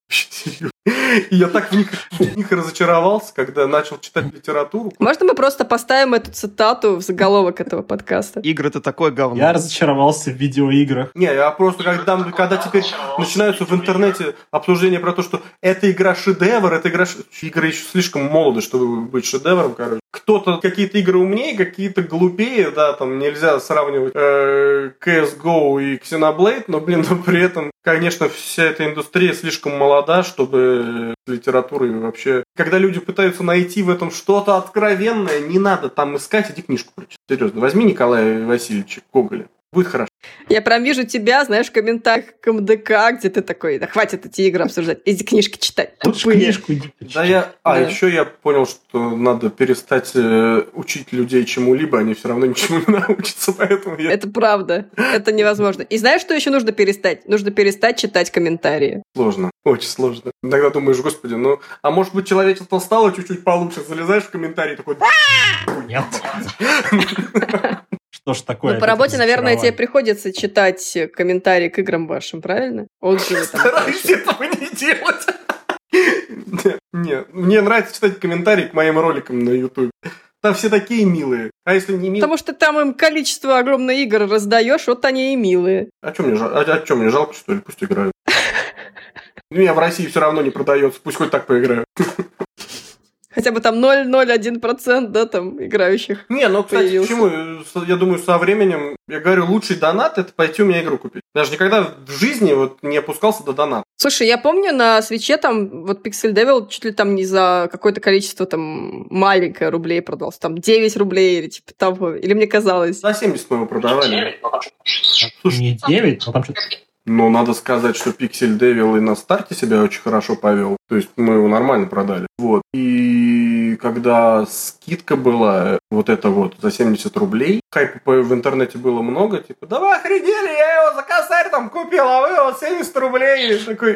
И я так в них разочаровался, когда начал читать литературу. Можно мы просто поставим эту цитату в заголовок этого подкаста? Игры — это такое говно. Я разочаровался в видеоиграх. Не, я просто, когда теперь начинаются в интернете обсуждения про то, что эта игра шедевр, игры еще слишком молоды, чтобы быть шедевром, Кто-то какие-то игры умнее, какие-то глупее, да, там нельзя сравнивать CSGO и Xenoblade, но, при этом, конечно, вся эта индустрия слишком молода, чтобы с литературой вообще... Когда люди пытаются найти в этом что-то откровенное, не надо там искать, иди книжку прочитай. Серьезно, возьми Николая Васильевича Гоголя. Будет хорошо. Я прям вижу тебя, знаешь, в комментариях к МДК, где ты такой, да хватит эти игры обсуждать, иди книжки читать. Лучше книжку иди почитай. Еще я понял, что надо перестать учить людей чему-либо, они все равно ничему не научатся, поэтому я... Это правда, это невозможно. И знаешь, что еще нужно перестать? Нужно перестать читать комментарии. Сложно, очень сложно. Иногда думаешь, господи, а может быть человечество стало чуть-чуть получше, залезаешь в комментарий такой... Нет. Что ж такое? Ну, по работе, наверное, тебе приходится читать комментарии к играм вашим, правильно? Стараюсь этого не делать. Нет, мне нравится читать комментарии к моим роликам на YouTube. Там все такие милые. А если не милые... Потому что там им количество огромных игр раздаешь, вот они и милые. А что мне жалко, что ли? Пусть играют. У меня в России все равно не продается, пусть хоть так поиграю. Хотя бы там 0,01%, да, там, играющих. Не, ну, кстати, появился. почему? Я думаю, со временем, я говорю, лучший донат – это пойти у меня игру купить. Даже никогда в жизни вот не опускался до доната. Слушай, я помню, на Свитче там вот Pixel Devil чуть ли там не за какое-то количество там маленькое рублей продался. Там 9 рублей или типа того. Или мне казалось. За 70 мы его продавали. Не 9, но там что-то... Но надо сказать, что Pixel Devil и на старте себя очень хорошо повел. То есть мы его нормально продали. Вот. И когда скидка была вот это вот за 70 рублей, хайпа в интернете было много. Типа, да вы охренели, я его за косарь там купил, а вы вот 70 рублей. И такой...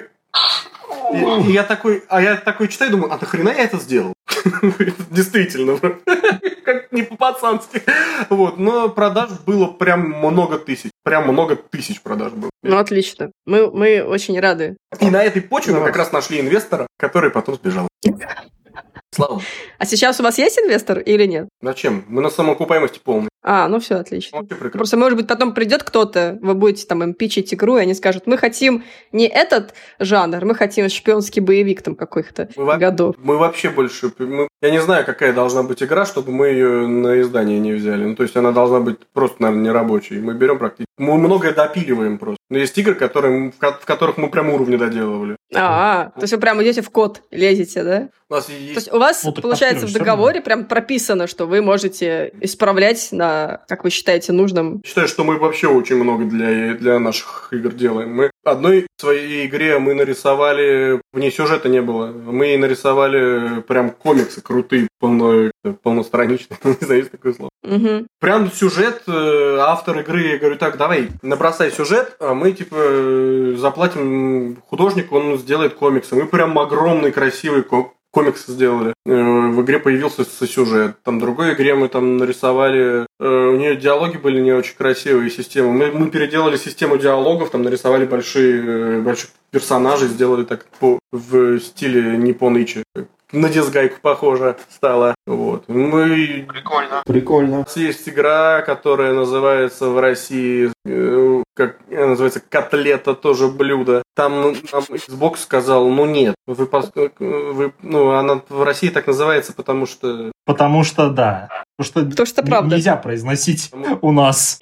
И я такой читаю, думаю, а нахрена я это сделал? Действительно, как не по-пацански. Вот, но продаж было прям много тысяч. Прям много тысяч продаж было. Ну, отлично. Мы очень рады. И на этой почве мы как раз нашли инвестора, который потом сбежал. Слава. А сейчас у вас есть инвестор или нет? Зачем? Мы на самоокупаемости полной. Ну все, отлично. Вообще прекрасно. Просто, может быть, потом придет кто-то, вы будете там им пичить игру, и они скажут, мы хотим не этот жанр, мы хотим шпионский боевик там каких-то годов. Мы вообще больше... Я не знаю, какая должна быть игра, чтобы мы ее на издание не взяли. Ну, то есть она должна быть просто, наверное, нерабочей. Мы берем практически... Мы многое допиливаем просто. Но есть игры, в которых мы прям уровни доделывали. То есть вы прям идете в код, лезете, да? У нас есть... То есть у вас, получается, в договоре прям прописано, что вы можете исправлять на, как вы считаете, нужным. Считаю, что мы вообще очень много для наших игр делаем. Мы одной своей игре мы нарисовали, в ней сюжета не было, мы нарисовали прям комиксы крутые, полностраничные, не знаю, есть такое слово. Угу. Прям сюжет, автор игры, я говорю, так, давай, набросай сюжет, а мы, типа, заплатим художнику, он сделает комиксы. Мы прям огромный, красивый комиксы сделали. В игре появился сюжет. Там в другой игре мы там нарисовали... У нее диалоги были не очень красивые, системы. Мы переделали систему диалогов, там нарисовали больших персонажей, сделали так в стиле Nippon Ichi. На дизгайку похоже стало. Вот. Прикольно. У нас есть игра, которая называется в России, называется «Котлета, тоже блюдо». Там нам Xbox сказал, нет. Она в России так называется, потому что... Потому что, да. Потому что правда. Нельзя произносить у нас.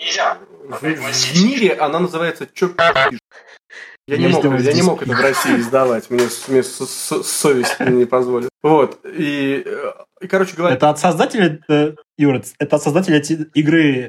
В мире она называется «Чё пишешь?». Я не мог это в России издавать, мне совесть не позволит. Вот, и короче говоря... Это от создателя, Юра, это от создателя игры,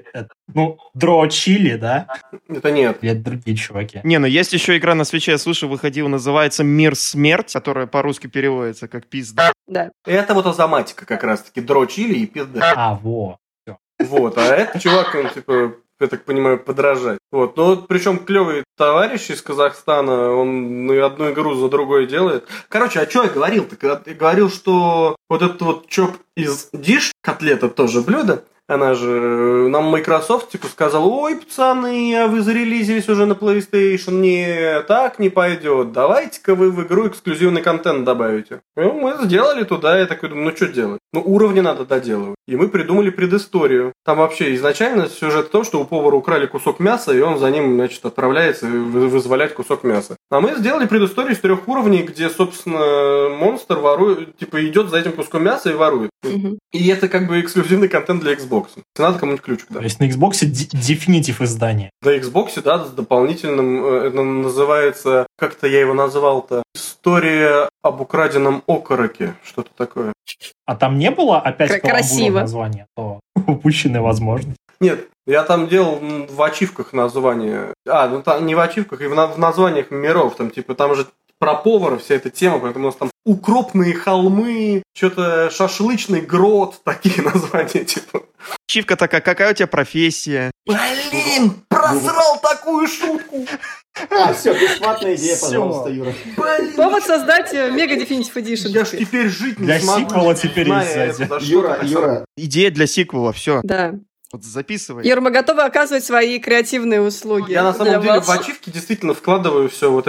Draw Chili, да? Это нет. Или это другие чуваки? Не, есть еще игра на свитче, я слышу, выходила, называется «Мир смерть», которая по-русски переводится как «Пизда». Да. Это вот азаматика как раз-таки, Draw Chili и Пизда. Во. Вот, а этот чувак, он типа... я так понимаю, подражать. Вот. Но причем клевый товарищ из Казахстана, он одну игру за другой делает. Короче, а что я говорил-то? Я говорил, что вот этот вот чоп из Dish, котлета тоже блюдо, она же нам Microsoft типа сказала, ой, пацаны, а вы зарелизились уже на PlayStation, не, так не пойдет, давайте-ка вы в игру эксклюзивный контент добавите. И мы сделали туда, я такой думаю, что делать? Уровни надо доделывать. И мы придумали предысторию. Там вообще изначально сюжет в том, что у повара украли кусок мяса, и он за ним, отправляется вызволять кусок мяса. А мы сделали предысторию из 3 уровней, где, собственно, монстр ворует, идет за этим куском мяса и ворует. Угу. И это как бы эксклюзивный контент для Xbox. Надо кому-нибудь ключик дать. То есть на Xbox Definitive издание. На Xbox, да, с дополнительным, это называется, как-то я его назвал-то, история об украденном окороке, что-то такое. А там не было опять красиво названия, то упущенная возможность. Нет, я там делал в ачивках название. Там не в ачивках, и в названиях миров. Там же про повара вся эта тема, поэтому у нас там укропные холмы, что-то шашлычный грот, такие названия типа. Ачивка такая, какая у тебя профессия? Блин, просрал такую шутку. Все, бесплатная идея, пожалуйста, Юра. Повод создать Mega Definitive Edition. Я ж теперь жить не для смогу. Для сиквела теперь есть. Юра. Идея для сиквела, все. Да. Вот записывай. Юра, мы готовы оказывать свои креативные услуги. Я на самом деле в ачивки действительно вкладываю все вот это вот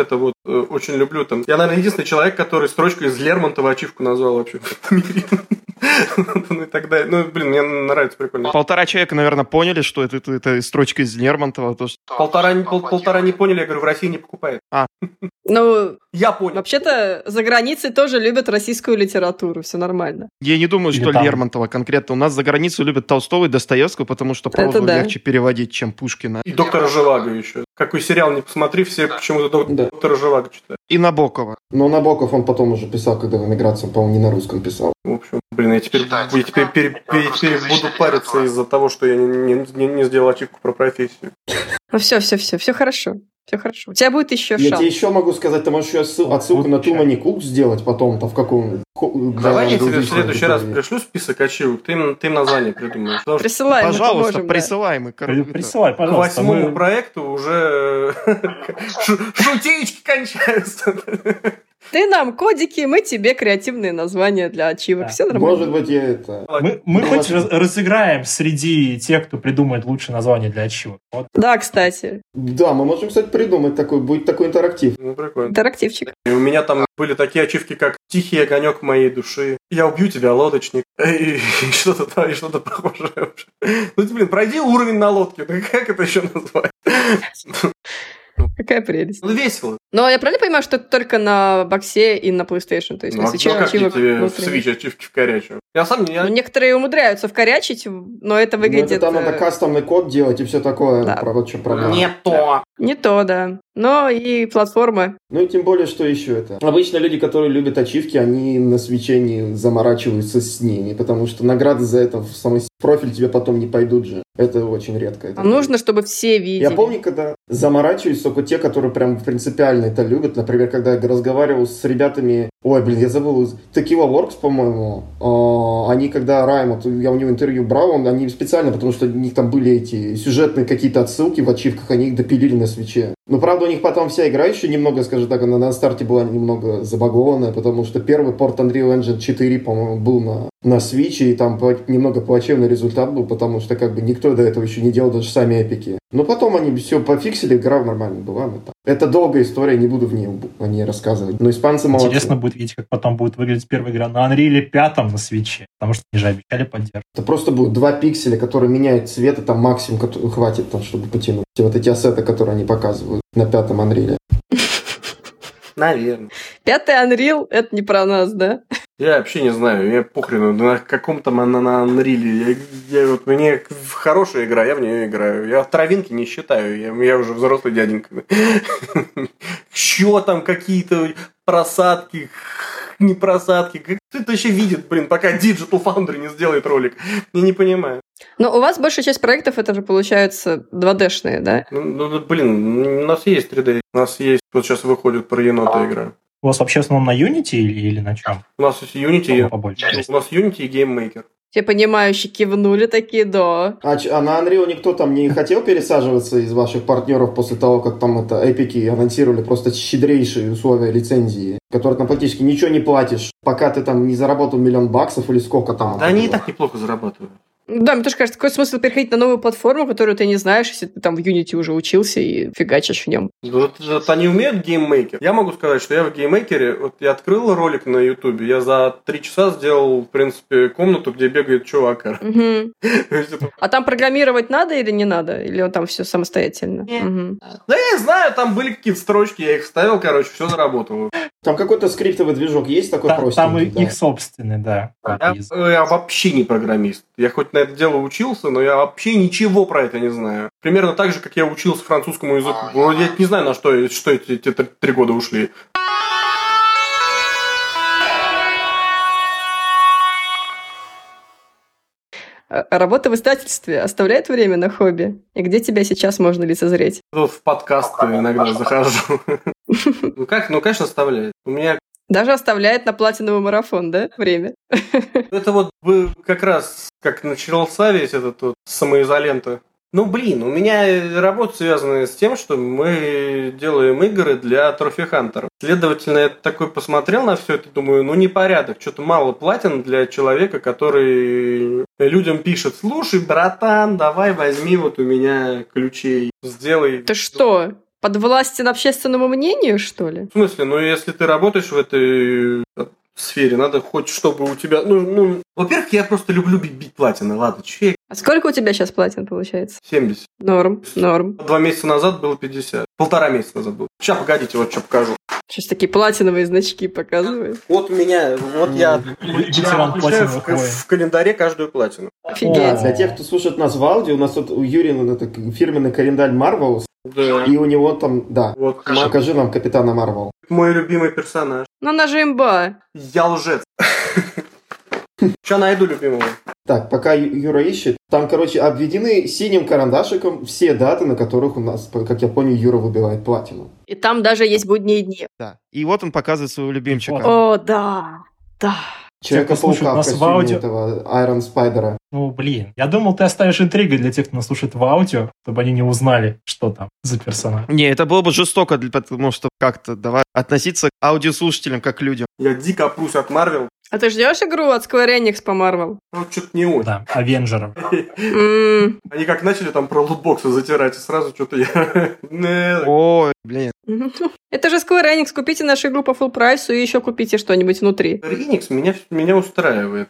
очень люблю там. Я, наверное, единственный человек, который строчку из Лермонтова ачивку назвал вообще в мире. Ну и так далее. Ну, блин, мне нравится, прикольно. 1,5 человека, наверное, поняли, что это строчка из Лермонтова. Полтора не поняли, я говорю, в России не покупает. Ну, я понял. Вообще-то за границей тоже любят российскую литературу, все нормально. Я не думаю, что Лермонтова конкретно. У нас за границей любят Толстого и Достоевского, потому что прозу легче переводить, чем Пушкина. И доктора Живаго еще. Какой сериал не посмотри, все почему-то доктора Живаго читают. И Набокова. Но Набоков он потом уже писал, когда в эмиграции, по-моему, не на русском писал. В общем, блин, я теперь буду париться из-за того, что я не сделал ачивку про профессию. Ну все хорошо. Все хорошо. У тебя будет еще шанс. Я тебе еще могу сказать, ты можешь еще отсылку на Too Many Cooks сделать потом-то в каком... Давай я тебе в следующий раз пришлю список ачивок, ты им название придумаешь. Присылай, пожалуйста, присылай. Присылай, пожалуйста. К 8-му проекту уже шутеечки кончаются. Ты нам кодики, мы тебе креативные названия для ачивок. Все нормально. Может быть, я это... Мы хоть разыграем среди тех, кто придумает лучшее название для ачивок. Вот. Да, кстати. Да, мы можем, кстати, придумать такой, будет такой интерактив. Ну, прикольно. Интерактивчик. И у меня там были такие ачивки, как «Тихий огонек моей души», «Я убью тебя, лодочник», и что-то похожее вообще. Ну, блин, пройди уровень на лодке, как это еще назвать? Какая прелесть. Ну, весело. Но я правильно понимаю, что это только на боксе и на PlayStation? То есть на свече ачивок тебе в Switch ачивки вкорячивают? Ну, некоторые умудряются вкорячить, но это выглядит... Ну, это там надо кастомный код делать и все такое. Да. Не то. Не то, да. Но и платформа. Ну и тем более, что еще это. Обычно люди, которые любят ачивки, они на свече не заморачиваются с ними, потому что награды за это в самый профиль тебе потом не пойдут же. Это очень редко. А нужно, чтобы все видели. Я помню, когда заморачивались только те, которые прям принципиально это любят. Например, когда я разговаривал с ребятами... Ой, блин, я забыл. Tequila Works, по-моему. Они когда Раймонд, я у него интервью брал, они специально, потому что у них там были эти сюжетные какие-то отсылки в ачивках, они их допилили на свече. Но, правда, у них потом вся игра еще немного, скажем так, она на старте была немного забагованная, потому что первый порт Unreal Engine 4, по-моему, был на Switch, и там немного плачевный результат был, потому что как бы никто до этого еще не делал, даже сами эпики. Но потом они все пофиксили, игра нормально была. Это долгая история, не буду о ней рассказывать. Но испанцы молодцы. Интересно будет видеть, как потом будет выглядеть первая игра на Unreal 5 на Switch, потому что они же обещали поддержку. Это просто будет 2 пикселя, которые меняют цвет, и там максимум хватит, там, чтобы потянуть. Вот эти ассеты, которые они показывают на 5-м Unreal. Наверное. 5-й Unreal — это не про нас, да? Я вообще не знаю, я похрену, на каком-то на Unreal. Мне хорошая игра, я в нее играю. Я в травинке не считаю, я уже взрослый дяденька. Чё там какие-то просадки, не просадки. Как кто-то вообще видит, пока Digital Foundry не сделает ролик. Я не понимаю. Но у вас большая часть проектов, это же получается 2D-шные, да? У нас есть 3D. У нас есть, вот сейчас выходит про енота игра. У вас вообще в основном на Unity или на чем? У нас есть Unity, побольше. У нас Unity и GameMaker. Все понимающие кивнули такие, да. А на Unreal никто там не хотел пересаживаться из ваших партнеров после того, как там это эпики анонсировали просто щедрейшие условия лицензии, которые там практически ничего не платишь, пока ты там не заработал $1 миллион или сколько там. Да они и так неплохо зарабатывают. Да, мне тоже кажется, какой смысл переходить на новую платформу, которую ты не знаешь, если ты там в Unity уже учился и фигачишь в нем. Вот они умеют гейммейкер. Я могу сказать, что я в гейммейкере, вот я открыл ролик на Ютубе, я за 3 часа сделал, в принципе, комнату, где бегает чувак. А там программировать надо или не надо? Или он там все самостоятельно? Да я не знаю, там были какие-то строчки, я их вставил, все заработало. Там какой-то скриптовый движок есть такой простенький? Там их собственный, да. Я вообще не программист. Я хоть на это дело учился, но я вообще ничего про это не знаю. Примерно так же, как я учился французскому языку. Я не знаю, на что эти 3 года ушли. Работа в издательстве оставляет время на хобби? И где тебя сейчас можно лицезреть? В подкасты иногда захожу. Ну, конечно, оставляет. У меня... Даже оставляет на платиновый марафон, да, время? Это вот как раз, как начался весь этот вот самоизолента. У меня работа связана с тем, что мы делаем игры для трофи-хантеров. Следовательно, я такой посмотрел на все это, думаю, непорядок. Что-то мало платин для человека, который людям пишет: слушай, братан, давай возьми вот у меня ключей, сделай. Ты что? подвластен общественному мнению, что ли? В смысле? Ну, если ты работаешь в этой сфере, надо хоть чтобы у тебя... Во-первых, я просто люблю бить платины. Ладно, че я... А сколько у тебя сейчас платин получается? 70. Норм. 2 месяца назад было 50. 1,5 месяца назад было. Сейчас, погодите, вот что покажу. Сейчас такие платиновые значки показывают. Вот у меня... Вот я отмечаю в календаре каждую платину. Офигеть. Для тех, кто слушает нас в аудио, у нас тут у Юрия фирменный календарь Marvel, Да. и у него там, да, Вот, покажи нам Капитана Марвел. мой любимый персонаж. Ну, она же имба. Я лжец. Сейчас найду любимого. Так, пока Юра ищет, там, короче, обведены синим карандашиком все даты, на которых у нас, как я понял, Юра выбивает платину. И там даже есть будние дни. Да. И вот он показывает своего любимчика. О, да. Да. Человека-паука в нас в костюме аудио. этого Айрон Спайдера. Ну, блин. Я думал, ты оставишь интригой для тех, кто нас слушает в аудио, чтобы они не узнали, что там за персонаж. Не, это было бы жестоко, потому что как-то давай относиться к аудиослушателям как к людям. Я дико прусь от Марвел. А ты ждешь игру от Square Enix по Marvel? Ну, что-то не очень. Да, Авенджеров. Они как начали там про лутбоксы затирать, и сразу что-то я... Ой, блин. Это же Square Enix. Купите нашу игру по full прайсу и еще купите что-нибудь внутри. Риникс меня устраивает.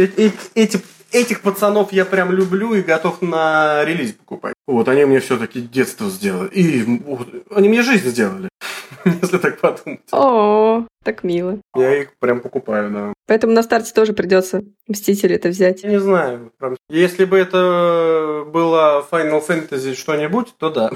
Этих пацанов я прям люблю и готов на релиз покупать. Вот, они мне все-таки детство сделали. И они мне жизнь сделали, если так подумать. О, так мило. Я их прям покупаю, да. Поэтому на старте тоже придется Мстители это взять. Я не знаю. Если бы это было Final Fantasy что-нибудь, то да.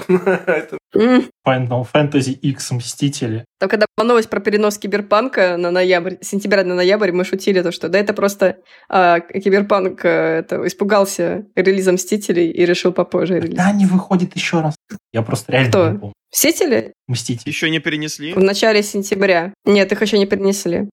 Final Fantasy X Мстители. Там, когда была новость про перенос Киберпанка на ноябрь, с сентября на ноябрь, мы шутили то, что да, это просто Киберпанк испугался релиза Мстителей и решил попозже релиз. Да, не выходит еще раз. Я просто реально Кто? не помню. Мстители? Мстители. Еще не перенесли? В начале сентября. Нет, их еще не перенесли.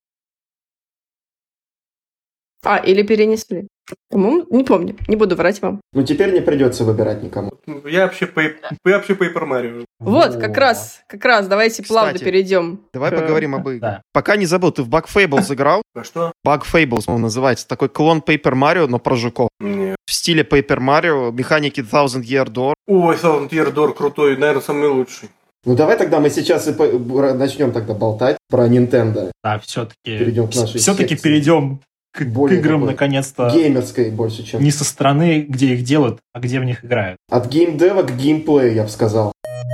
Или перенесли. По-моему, не помню. Не буду врать вам. Ну, теперь не придется выбирать никому. Я вообще Paper Mario. Вот, как раз, давайте плавно Кстати, перейдем. Давай поговорим об играх. Да. Пока не забыл, ты в Bug Fables играл? А что? Bug Fables он называется. Такой клон Paper Mario, но про жуков. Нет. В стиле Paper Mario, механики Thousand Year Door. Ой, Thousand Year Door крутой, наверное, самый лучший. Ну, давай тогда мы сейчас и начнем тогда болтать про Nintendo. Да, все-таки Перейдем к нашей секции. перейдем к Более играм, такой наконец-то. Геймерской больше, чем... Не со стороны, где их делают, а где в них играют. От геймдева к геймплею, я бы сказал.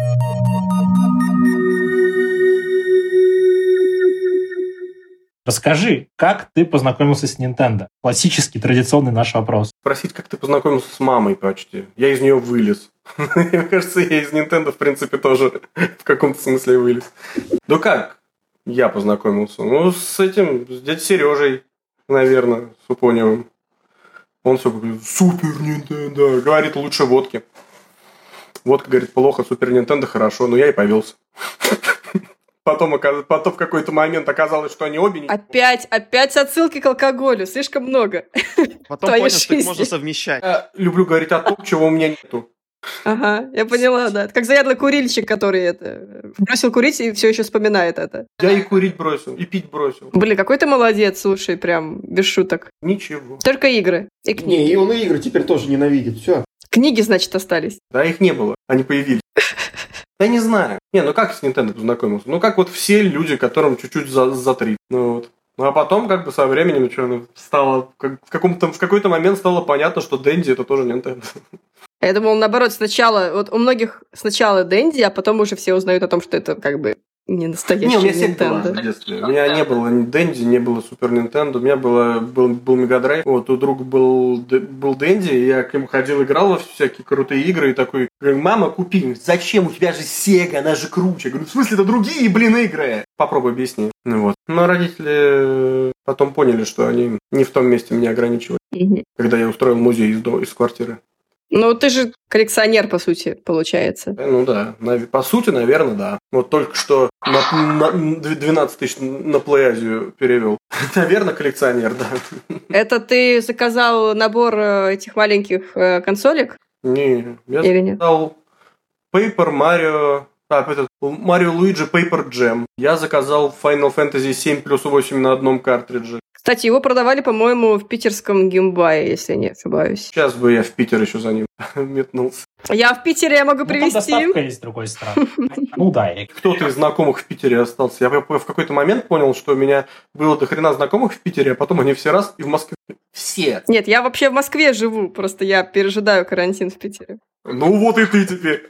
Расскажи, как ты познакомился с Nintendo? Классический, традиционный наш вопрос. Спросить, как ты познакомился с мамой почти. Я из нее вылез. Мне кажется, я из Nintendo, в принципе, тоже в каком-то смысле вылез. Ну как я познакомился? Ну, с дядей Сережей, наверное, с Упоневым. Он все говорит, Супер Nintendo, говорит, лучше водки. Водка, говорит, плохо, Супер Nintendo хорошо, но я и повелся. Потом в какой-то момент оказалось, что они обе не... Опять отсылки к алкоголю. Слишком много. Потом Твоей понял, что их жизни. можно совмещать. Я люблю говорить о том, чего у меня нету. Ага, я поняла, да. Это как заядлый курильщик, который бросил курить и все еще вспоминает это. Я и курить бросил, и пить бросил. Блин, какой ты молодец, слушай, прям без шуток. Ничего. Только игры и Не, книги. и он и игры теперь тоже ненавидит. Все. Книги, значит, остались. Да, их не было, они появились. Я не знаю. Ну как с Nintendo познакомился? Ну как вот все люди, которым чуть-чуть за 30. Ну вот. Ну а потом как бы со временем стало... В какой-то момент стало понятно, что Dendy это тоже Nintendo. Я думала, наоборот, сначала... Вот у многих сначала Dendy, а потом уже все узнают о том, что это как бы не настоящий Не, у меня всех было в Nintendo. детстве. У меня не было ни Dendy, не было Super Nintendo. У меня был Mega Drive. Вот, у друга был Dendy, и я к нему ходил, играл во всякие крутые игры, и такой, говорю, мама, купи. Зачем? У тебя же Sega, она же круче. Я говорю, в смысле, это другие, игры? Попробуй объясни. Ну вот. Но родители потом поняли, что они не в том месте меня ограничивали, Мгм. когда я устроил музей из квартиры. Ну, ты же коллекционер, по сути, получается. Ну да, по сути, наверное, да. Вот только что на 12 тысяч на PlayAsia перевел. Наверное, коллекционер, да. Это ты заказал набор этих маленьких консолек? Не, я Или нет? заказал Paper Mario... Mario Luigi Paper Jam. Я заказал Final Fantasy 7 плюс 8 на одном картридже. Кстати, его продавали, по-моему, в питерском геймбае, если я не ошибаюсь. Сейчас бы я в Питер еще за ним метнулся. Я в Питере, я могу Ну, там привезти. доставка есть с другой стороны. Ну да, и Кто-то из знакомых в Питере остался. Я в какой-то момент понял, что у меня было до хрена знакомых в Питере, а потом они все раз и в Москве. Все. Нет, я вообще в Москве живу, просто я пережидаю карантин в Питере. Ну вот и ты теперь.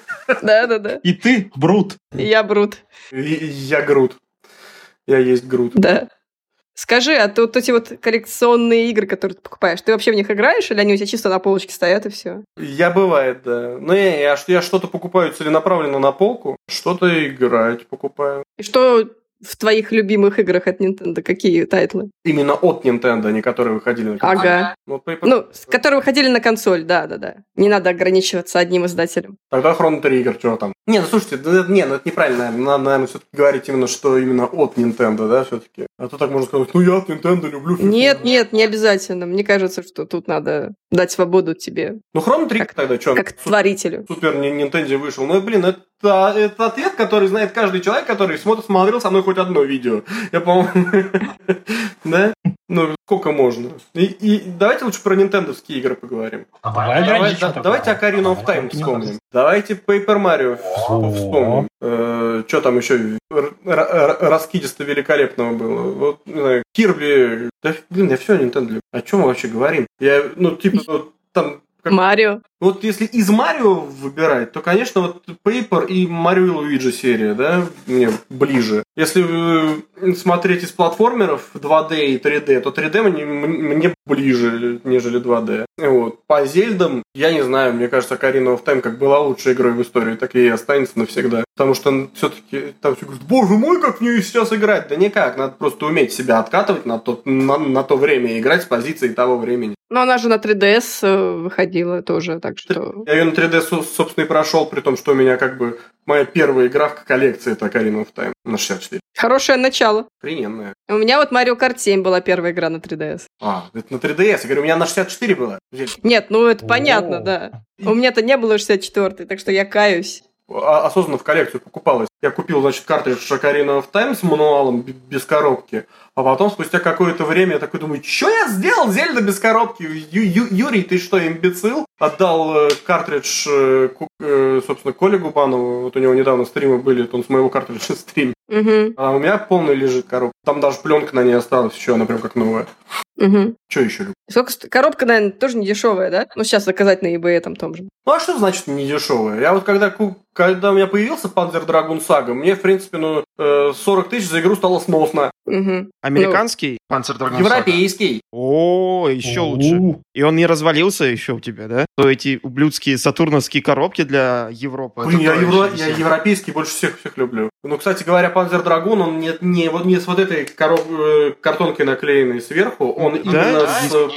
Да. И ты, Брут. Я Брут, Я Грут. Я есть Грут. да. Скажи, а ты вот эти вот коллекционные игры, которые ты покупаешь, ты вообще в них играешь, или они у тебя чисто на полочке стоят и все? Я бывает, да. Но я что-то покупаю целенаправленно на полку, что-то играть покупаю. И что в твоих любимых играх от Nintendo? Какие тайтлы? Именно от Nintendo, не которые выходили на консоль. Ага. Вот Paper- Ну, которые выходили на консоль, да. Не надо ограничиваться одним издателем. Тогда Chrono Trigger, что там? Не, ну слушайте, ну это неправильно. Надо, наверное, все-таки говорить именно, что именно от Nintendo, да, все-таки. А то так можно сказать, ну я от Nintendo люблю. Нет, не обязательно. Мне кажется, что тут надо дать свободу тебе, Ну Chrono Trigger тогда что? как творителю. Супер Nintendo вышел. Ну, блин, это ответ, который знает каждый человек, который смотрел со мной хоть одно видео. Я, по-моему... Да? Ну, сколько можно? И давайте лучше про нинтендовские игры поговорим. Давай ограничим Давайте такое. Ocarina of Time вспомним. Давайте Paper Mario вспомним. Что там еще раскидисто великолепного было? Вот, не знаю, Кирби. Да, блин, я все Nintendo люблю. О чем мы вообще говорим? Там... Марио. Вот если из Марио выбирать, то, конечно, вот Paper и Марио и Луиджи серия, да, мне ближе. Если смотреть из платформеров 2D и 3D, то 3D мне ближе, нежели 2D. Вот. По Зельдам, я не знаю, мне кажется, Ocarina of Time как была лучшей игрой в истории, так и останется навсегда. Потому что все-таки там все говорят, боже мой, как в нее сейчас играть. Да никак, надо просто уметь себя откатывать на то время и играть с позиции того времени. Но она же на 3DS выходила тоже, так что... Я ее на 3DS, собственно, и прошел, при том, что у меня как бы моя первая игра в коллекции это Ocarina of Time на 64. Хорошее начало. Охрененная. У меня вот Mario Kart 7 была первая игра на 3DS. Это на 3DS. Я говорю, у меня на 64 было. Нет, ну это понятно, да. У меня-то не было 64-й, так что я каюсь. Осознанно в коллекцию покупалась. Я купил, значит, картридж Ocarina of Time с мануалом без коробки, а потом, спустя какое-то время, я такой думаю, что я сделал? Зельда без коробки? Юрий, ты что, имбецил? Отдал картридж, собственно, Коле Губанову, вот у него недавно стримы были, он с моего картриджа стримит. Угу. А у меня полная лежит коробка. Там даже пленка на ней осталась еще, она прям как новая. Угу. Что еще люблю? Коробка, наверное, тоже не дешевая, да? Ну, сейчас заказать на eBay там том же. Ну, а что значит не дешевая? Я вот когда у меня появился Panzer Dragoon Saga, мне, в принципе, 40 тысяч за игру стало сносно. Угу. Американский Panzer Dragoon Saga? Европейский. О, еще лучше. И он не развалился еще у тебя, да? То эти ублюдские сатурновские коробки для Европы. Блин, я Это европейский больше всех люблю. Ну, кстати говоря, Panzer Dragoon, он не с вот этой картонкой наклеенной сверху, он именно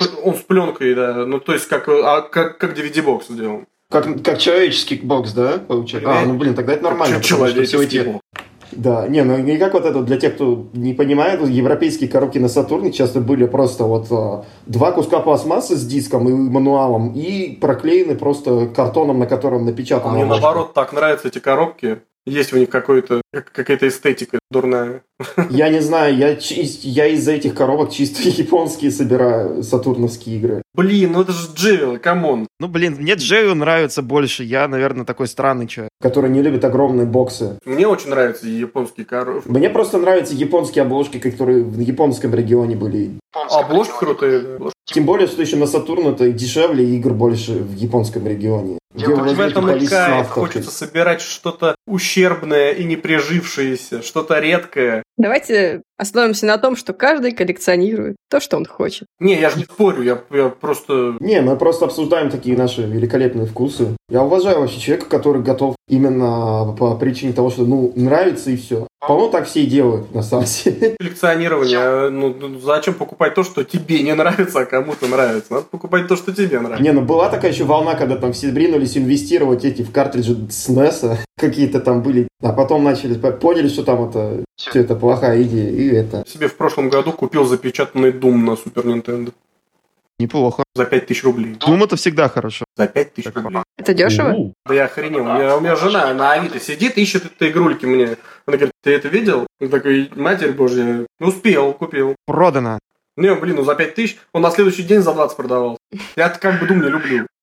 с пленкой, да. Ну, то есть, как DVD-бокс сделан. Как человеческий бокс, да, получается? Ну, блин, тогда это нормально. Человеческий бокс. Да, не как вот это, для тех, кто не понимает, европейские коробки на Сатурне часто были просто вот 2 куска пластмассы с диском и мануалом и проклеены просто картоном, на котором напечатано. Мне наоборот так нравятся эти коробки. Есть у них какая-то эстетика дурная. Я не знаю, я из-за этих коробок чисто японские собираю сатурновские игры. Блин, ну это же Джевел, камон. Ну, блин, мне Джевел нравится больше. Я, наверное, такой странный человек. Которые не любят огромные боксы. Мне очень нравятся японские коробки. Мне просто нравятся японские обложки, которые в японском регионе были. Обложки крутые, да. Тем более, что еще на Сатурн это дешевле, и игр больше в японском регионе. В этом и кайф. Хочется собирать что-то ущербное и не прижившееся, что-то редкое. Давайте остановимся на том, что каждый коллекционирует то, что он хочет. Не, я же не спорю, я просто... Не, мы просто обсуждаем такие наши великолепные вкусы. Я уважаю вообще человека, который готов именно по причине того, что, нравится и все. По-моему, так все и делают, на самом деле. Коллекционирование. Зачем покупать то, что тебе не нравится, а кому-то нравится? Надо покупать то, что тебе нравится. Не, была такая еще волна, когда там все бринулись инвестировать в картриджи с NES, какие-то там были. А потом поняли, что там все это плохая идея, и это. Себе в прошлом году купил запечатанный Doom на Super Nintendo. Неплохо. За 5000 рублей. Doom это всегда хорошо. За 5000 рублей. Это дешево? Да я охренел. У меня жена на Авито сидит, ищет эти игрульки мне. Она говорит, ты это видел? Я такой, матерь божья, успел, купил. Продано. За 5000 он на следующий день за 20 продавал. Я как бы Doom не люблю.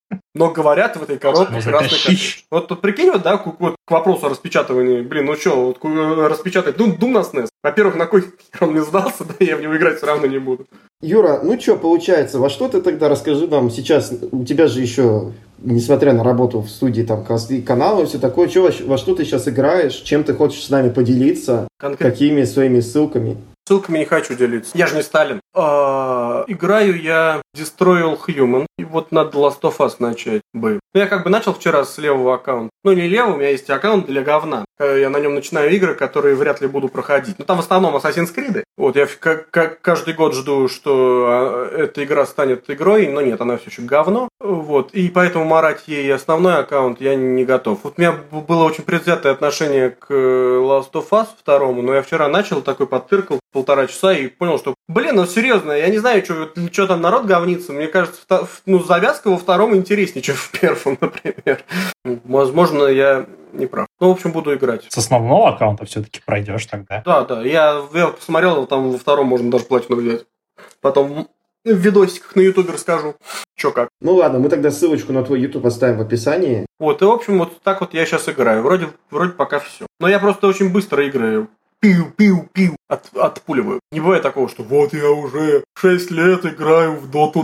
Но говорят в этой коробке Можно красный тащить. картридж. Вот тут прикинь, вот, да, вот к вопросу о распечатывании. Блин, ну что, вот распечатать Doom на SNES. Во-первых, на кой хер он мне сдался, да, я в него играть все равно не буду. Юра, ну что, получается, во что ты тогда расскажи нам сейчас, у тебя же еще, несмотря на работу в студии, там, канала и все такое, во что ты сейчас играешь, чем ты хочешь с нами поделиться, какими своими ссылками? Ссылками не хочу делиться. Я же не Сталин. Играю я Destroy All Human. И вот надо Last of Us начать бы. Ну, я как бы начал вчера с левого аккаунта. Ну, не левого, у меня есть аккаунт для говна. Я на нем начинаю игры, которые вряд ли буду проходить. Ну, там в основном Assassin's Creed. Вот, я каждый год жду, что эта игра станет игрой, но нет, она все еще говно. Вот, и поэтому марать ей основной аккаунт я не готов. Вот у меня было очень предвзятое отношение к Last of Us 2, но я вчера начал, такой подтыркал 1,5 часа и понял, что, блин, ну серьезно, я не знаю, что там народ говнится. Мне кажется, завязка во втором интереснее, чем в первом, например. Возможно, я не прав. Ну, в общем, буду играть. С основного аккаунта все-таки пройдешь тогда. Да, я посмотрел, там во втором можно даже платину взять. Потом в видосиках на ютубе расскажу, что как. Ну ладно, мы тогда ссылочку на твой ютуб оставим в описании. Вот, и в общем, вот так вот я сейчас играю. Вроде пока все. Но я просто очень быстро играю. Пиу-пиу-пиу. Отпуливаю. Не бывает такого, что вот я уже 6 лет играю в Dota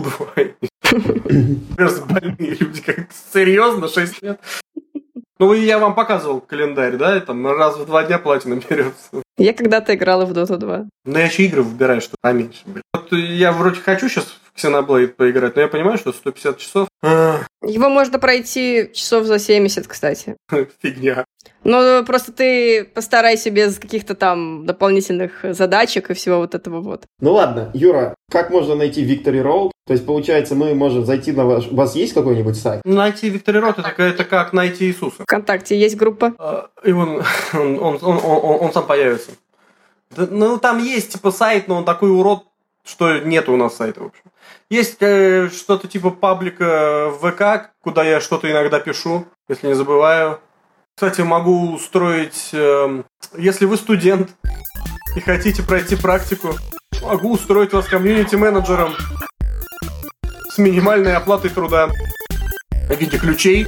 2. Кажется, больные люди. Как серьезно, 6 лет? Ну, я вам показывал календарь, да? Там раз в 2 дня платина берется. Я когда-то играла в Dota 2. Но я еще игры выбираю, что поменьше, блин. Вот я вроде хочу сейчас в Xenoblade поиграть, но я понимаю, что 150 часов... Его можно пройти часов за 70, кстати. Фигня. Но просто ты постарайся без каких-то там дополнительных задачек и всего вот этого вот. Ну ладно, Юра, как можно найти Victory Road? То есть, получается, мы можем зайти на ваш... У вас есть какой-нибудь сайт? Найти Victory Road это как найти Иисуса. ВКонтакте есть группа. И он сам появится. Да, ну, там есть типа сайт, но он такой урод, что нет у нас сайта, в общем. Есть что-то типа паблика в ВК, куда я что-то иногда пишу, если не забываю. Кстати, могу устроить, если вы студент и хотите пройти практику, могу устроить вас комьюнити-менеджером с минимальной оплатой труда в виде ключей.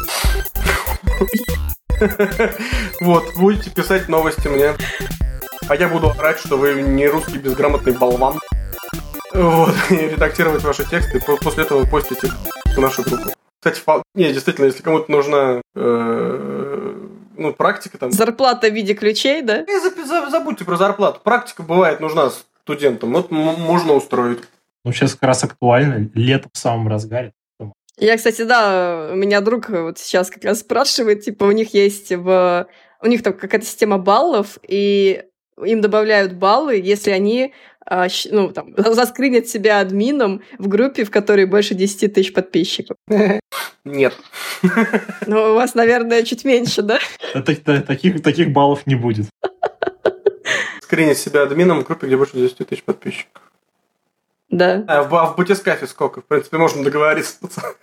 Вот, будете писать новости мне. А я буду орать, что вы не русский безграмотный болван. Вот, и редактировать ваши тексты, после этого постить их в нашу группу. Кстати, действительно, если кому-то нужна практика там... Зарплата в виде ключей, да? Забудьте про зарплату. Практика бывает нужна студентам. Вот можно устроить. Ну, сейчас как раз актуально. Лето в самом разгаре. Я, кстати, да, у меня друг вот сейчас как раз спрашивает, типа, у них есть у них там какая-то система баллов, и им добавляют баллы, если они заскринят себя админом в группе, в которой больше 10 тысяч подписчиков. Нет. Ну, у вас, наверное, чуть меньше, да? Таких баллов не будет. Скринить себя админом в группе, где больше 10 тысяч подписчиков. Да. А в батискафе сколько? В принципе, можно договориться.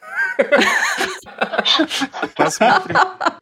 Посмотрим.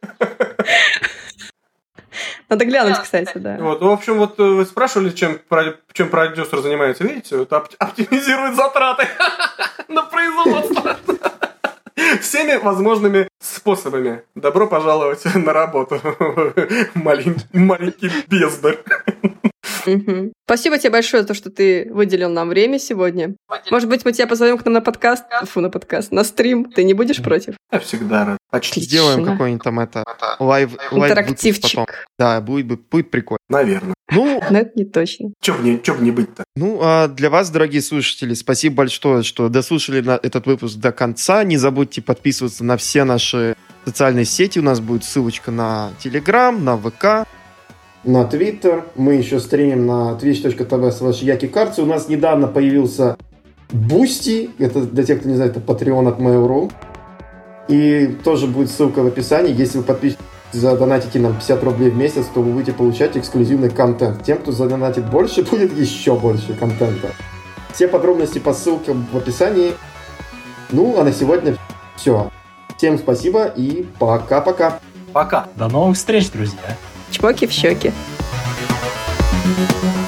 Надо глянуть, кстати, да. Вот, в общем, вот вы спрашивали, чем продюсер занимается. Видите, вот оптимизирует затраты на производство. Всеми возможными способами. Добро пожаловать на работу, маленький бездарь. Спасибо тебе большое за то, что ты выделил нам время сегодня. Может быть, мы тебя позовем к нам на подкаст? На стрим. Ты не будешь против? Я всегда рад. Почти. Сделаем какой-нибудь там лайв интерактивчик. Да, будет прикольно. Наверное. Ну, но это не точно. Чё бы не быть-то? Ну, а для вас, дорогие слушатели, спасибо большое, что дослушали этот выпуск до конца. Не забудьте подписываться на все наши социальные сети. У нас будет ссылочка на Telegram, на ВК. На Twitter. Мы еще стримим на twitch.tv/yakikарцы. У нас недавно появился Boosty. Это, для тех, кто не знает, это Patreon от Mail.ru. И тоже будет ссылка в описании. Если вы подпишетесь, задонатите нам 50 рублей в месяц, то вы будете получать эксклюзивный контент. Тем, кто задонатит больше, будет еще больше контента. Все подробности по ссылкам в описании. Ну, а на сегодня все. Всем спасибо и пока-пока. Пока. До новых встреч, друзья. Чпоки в щеки.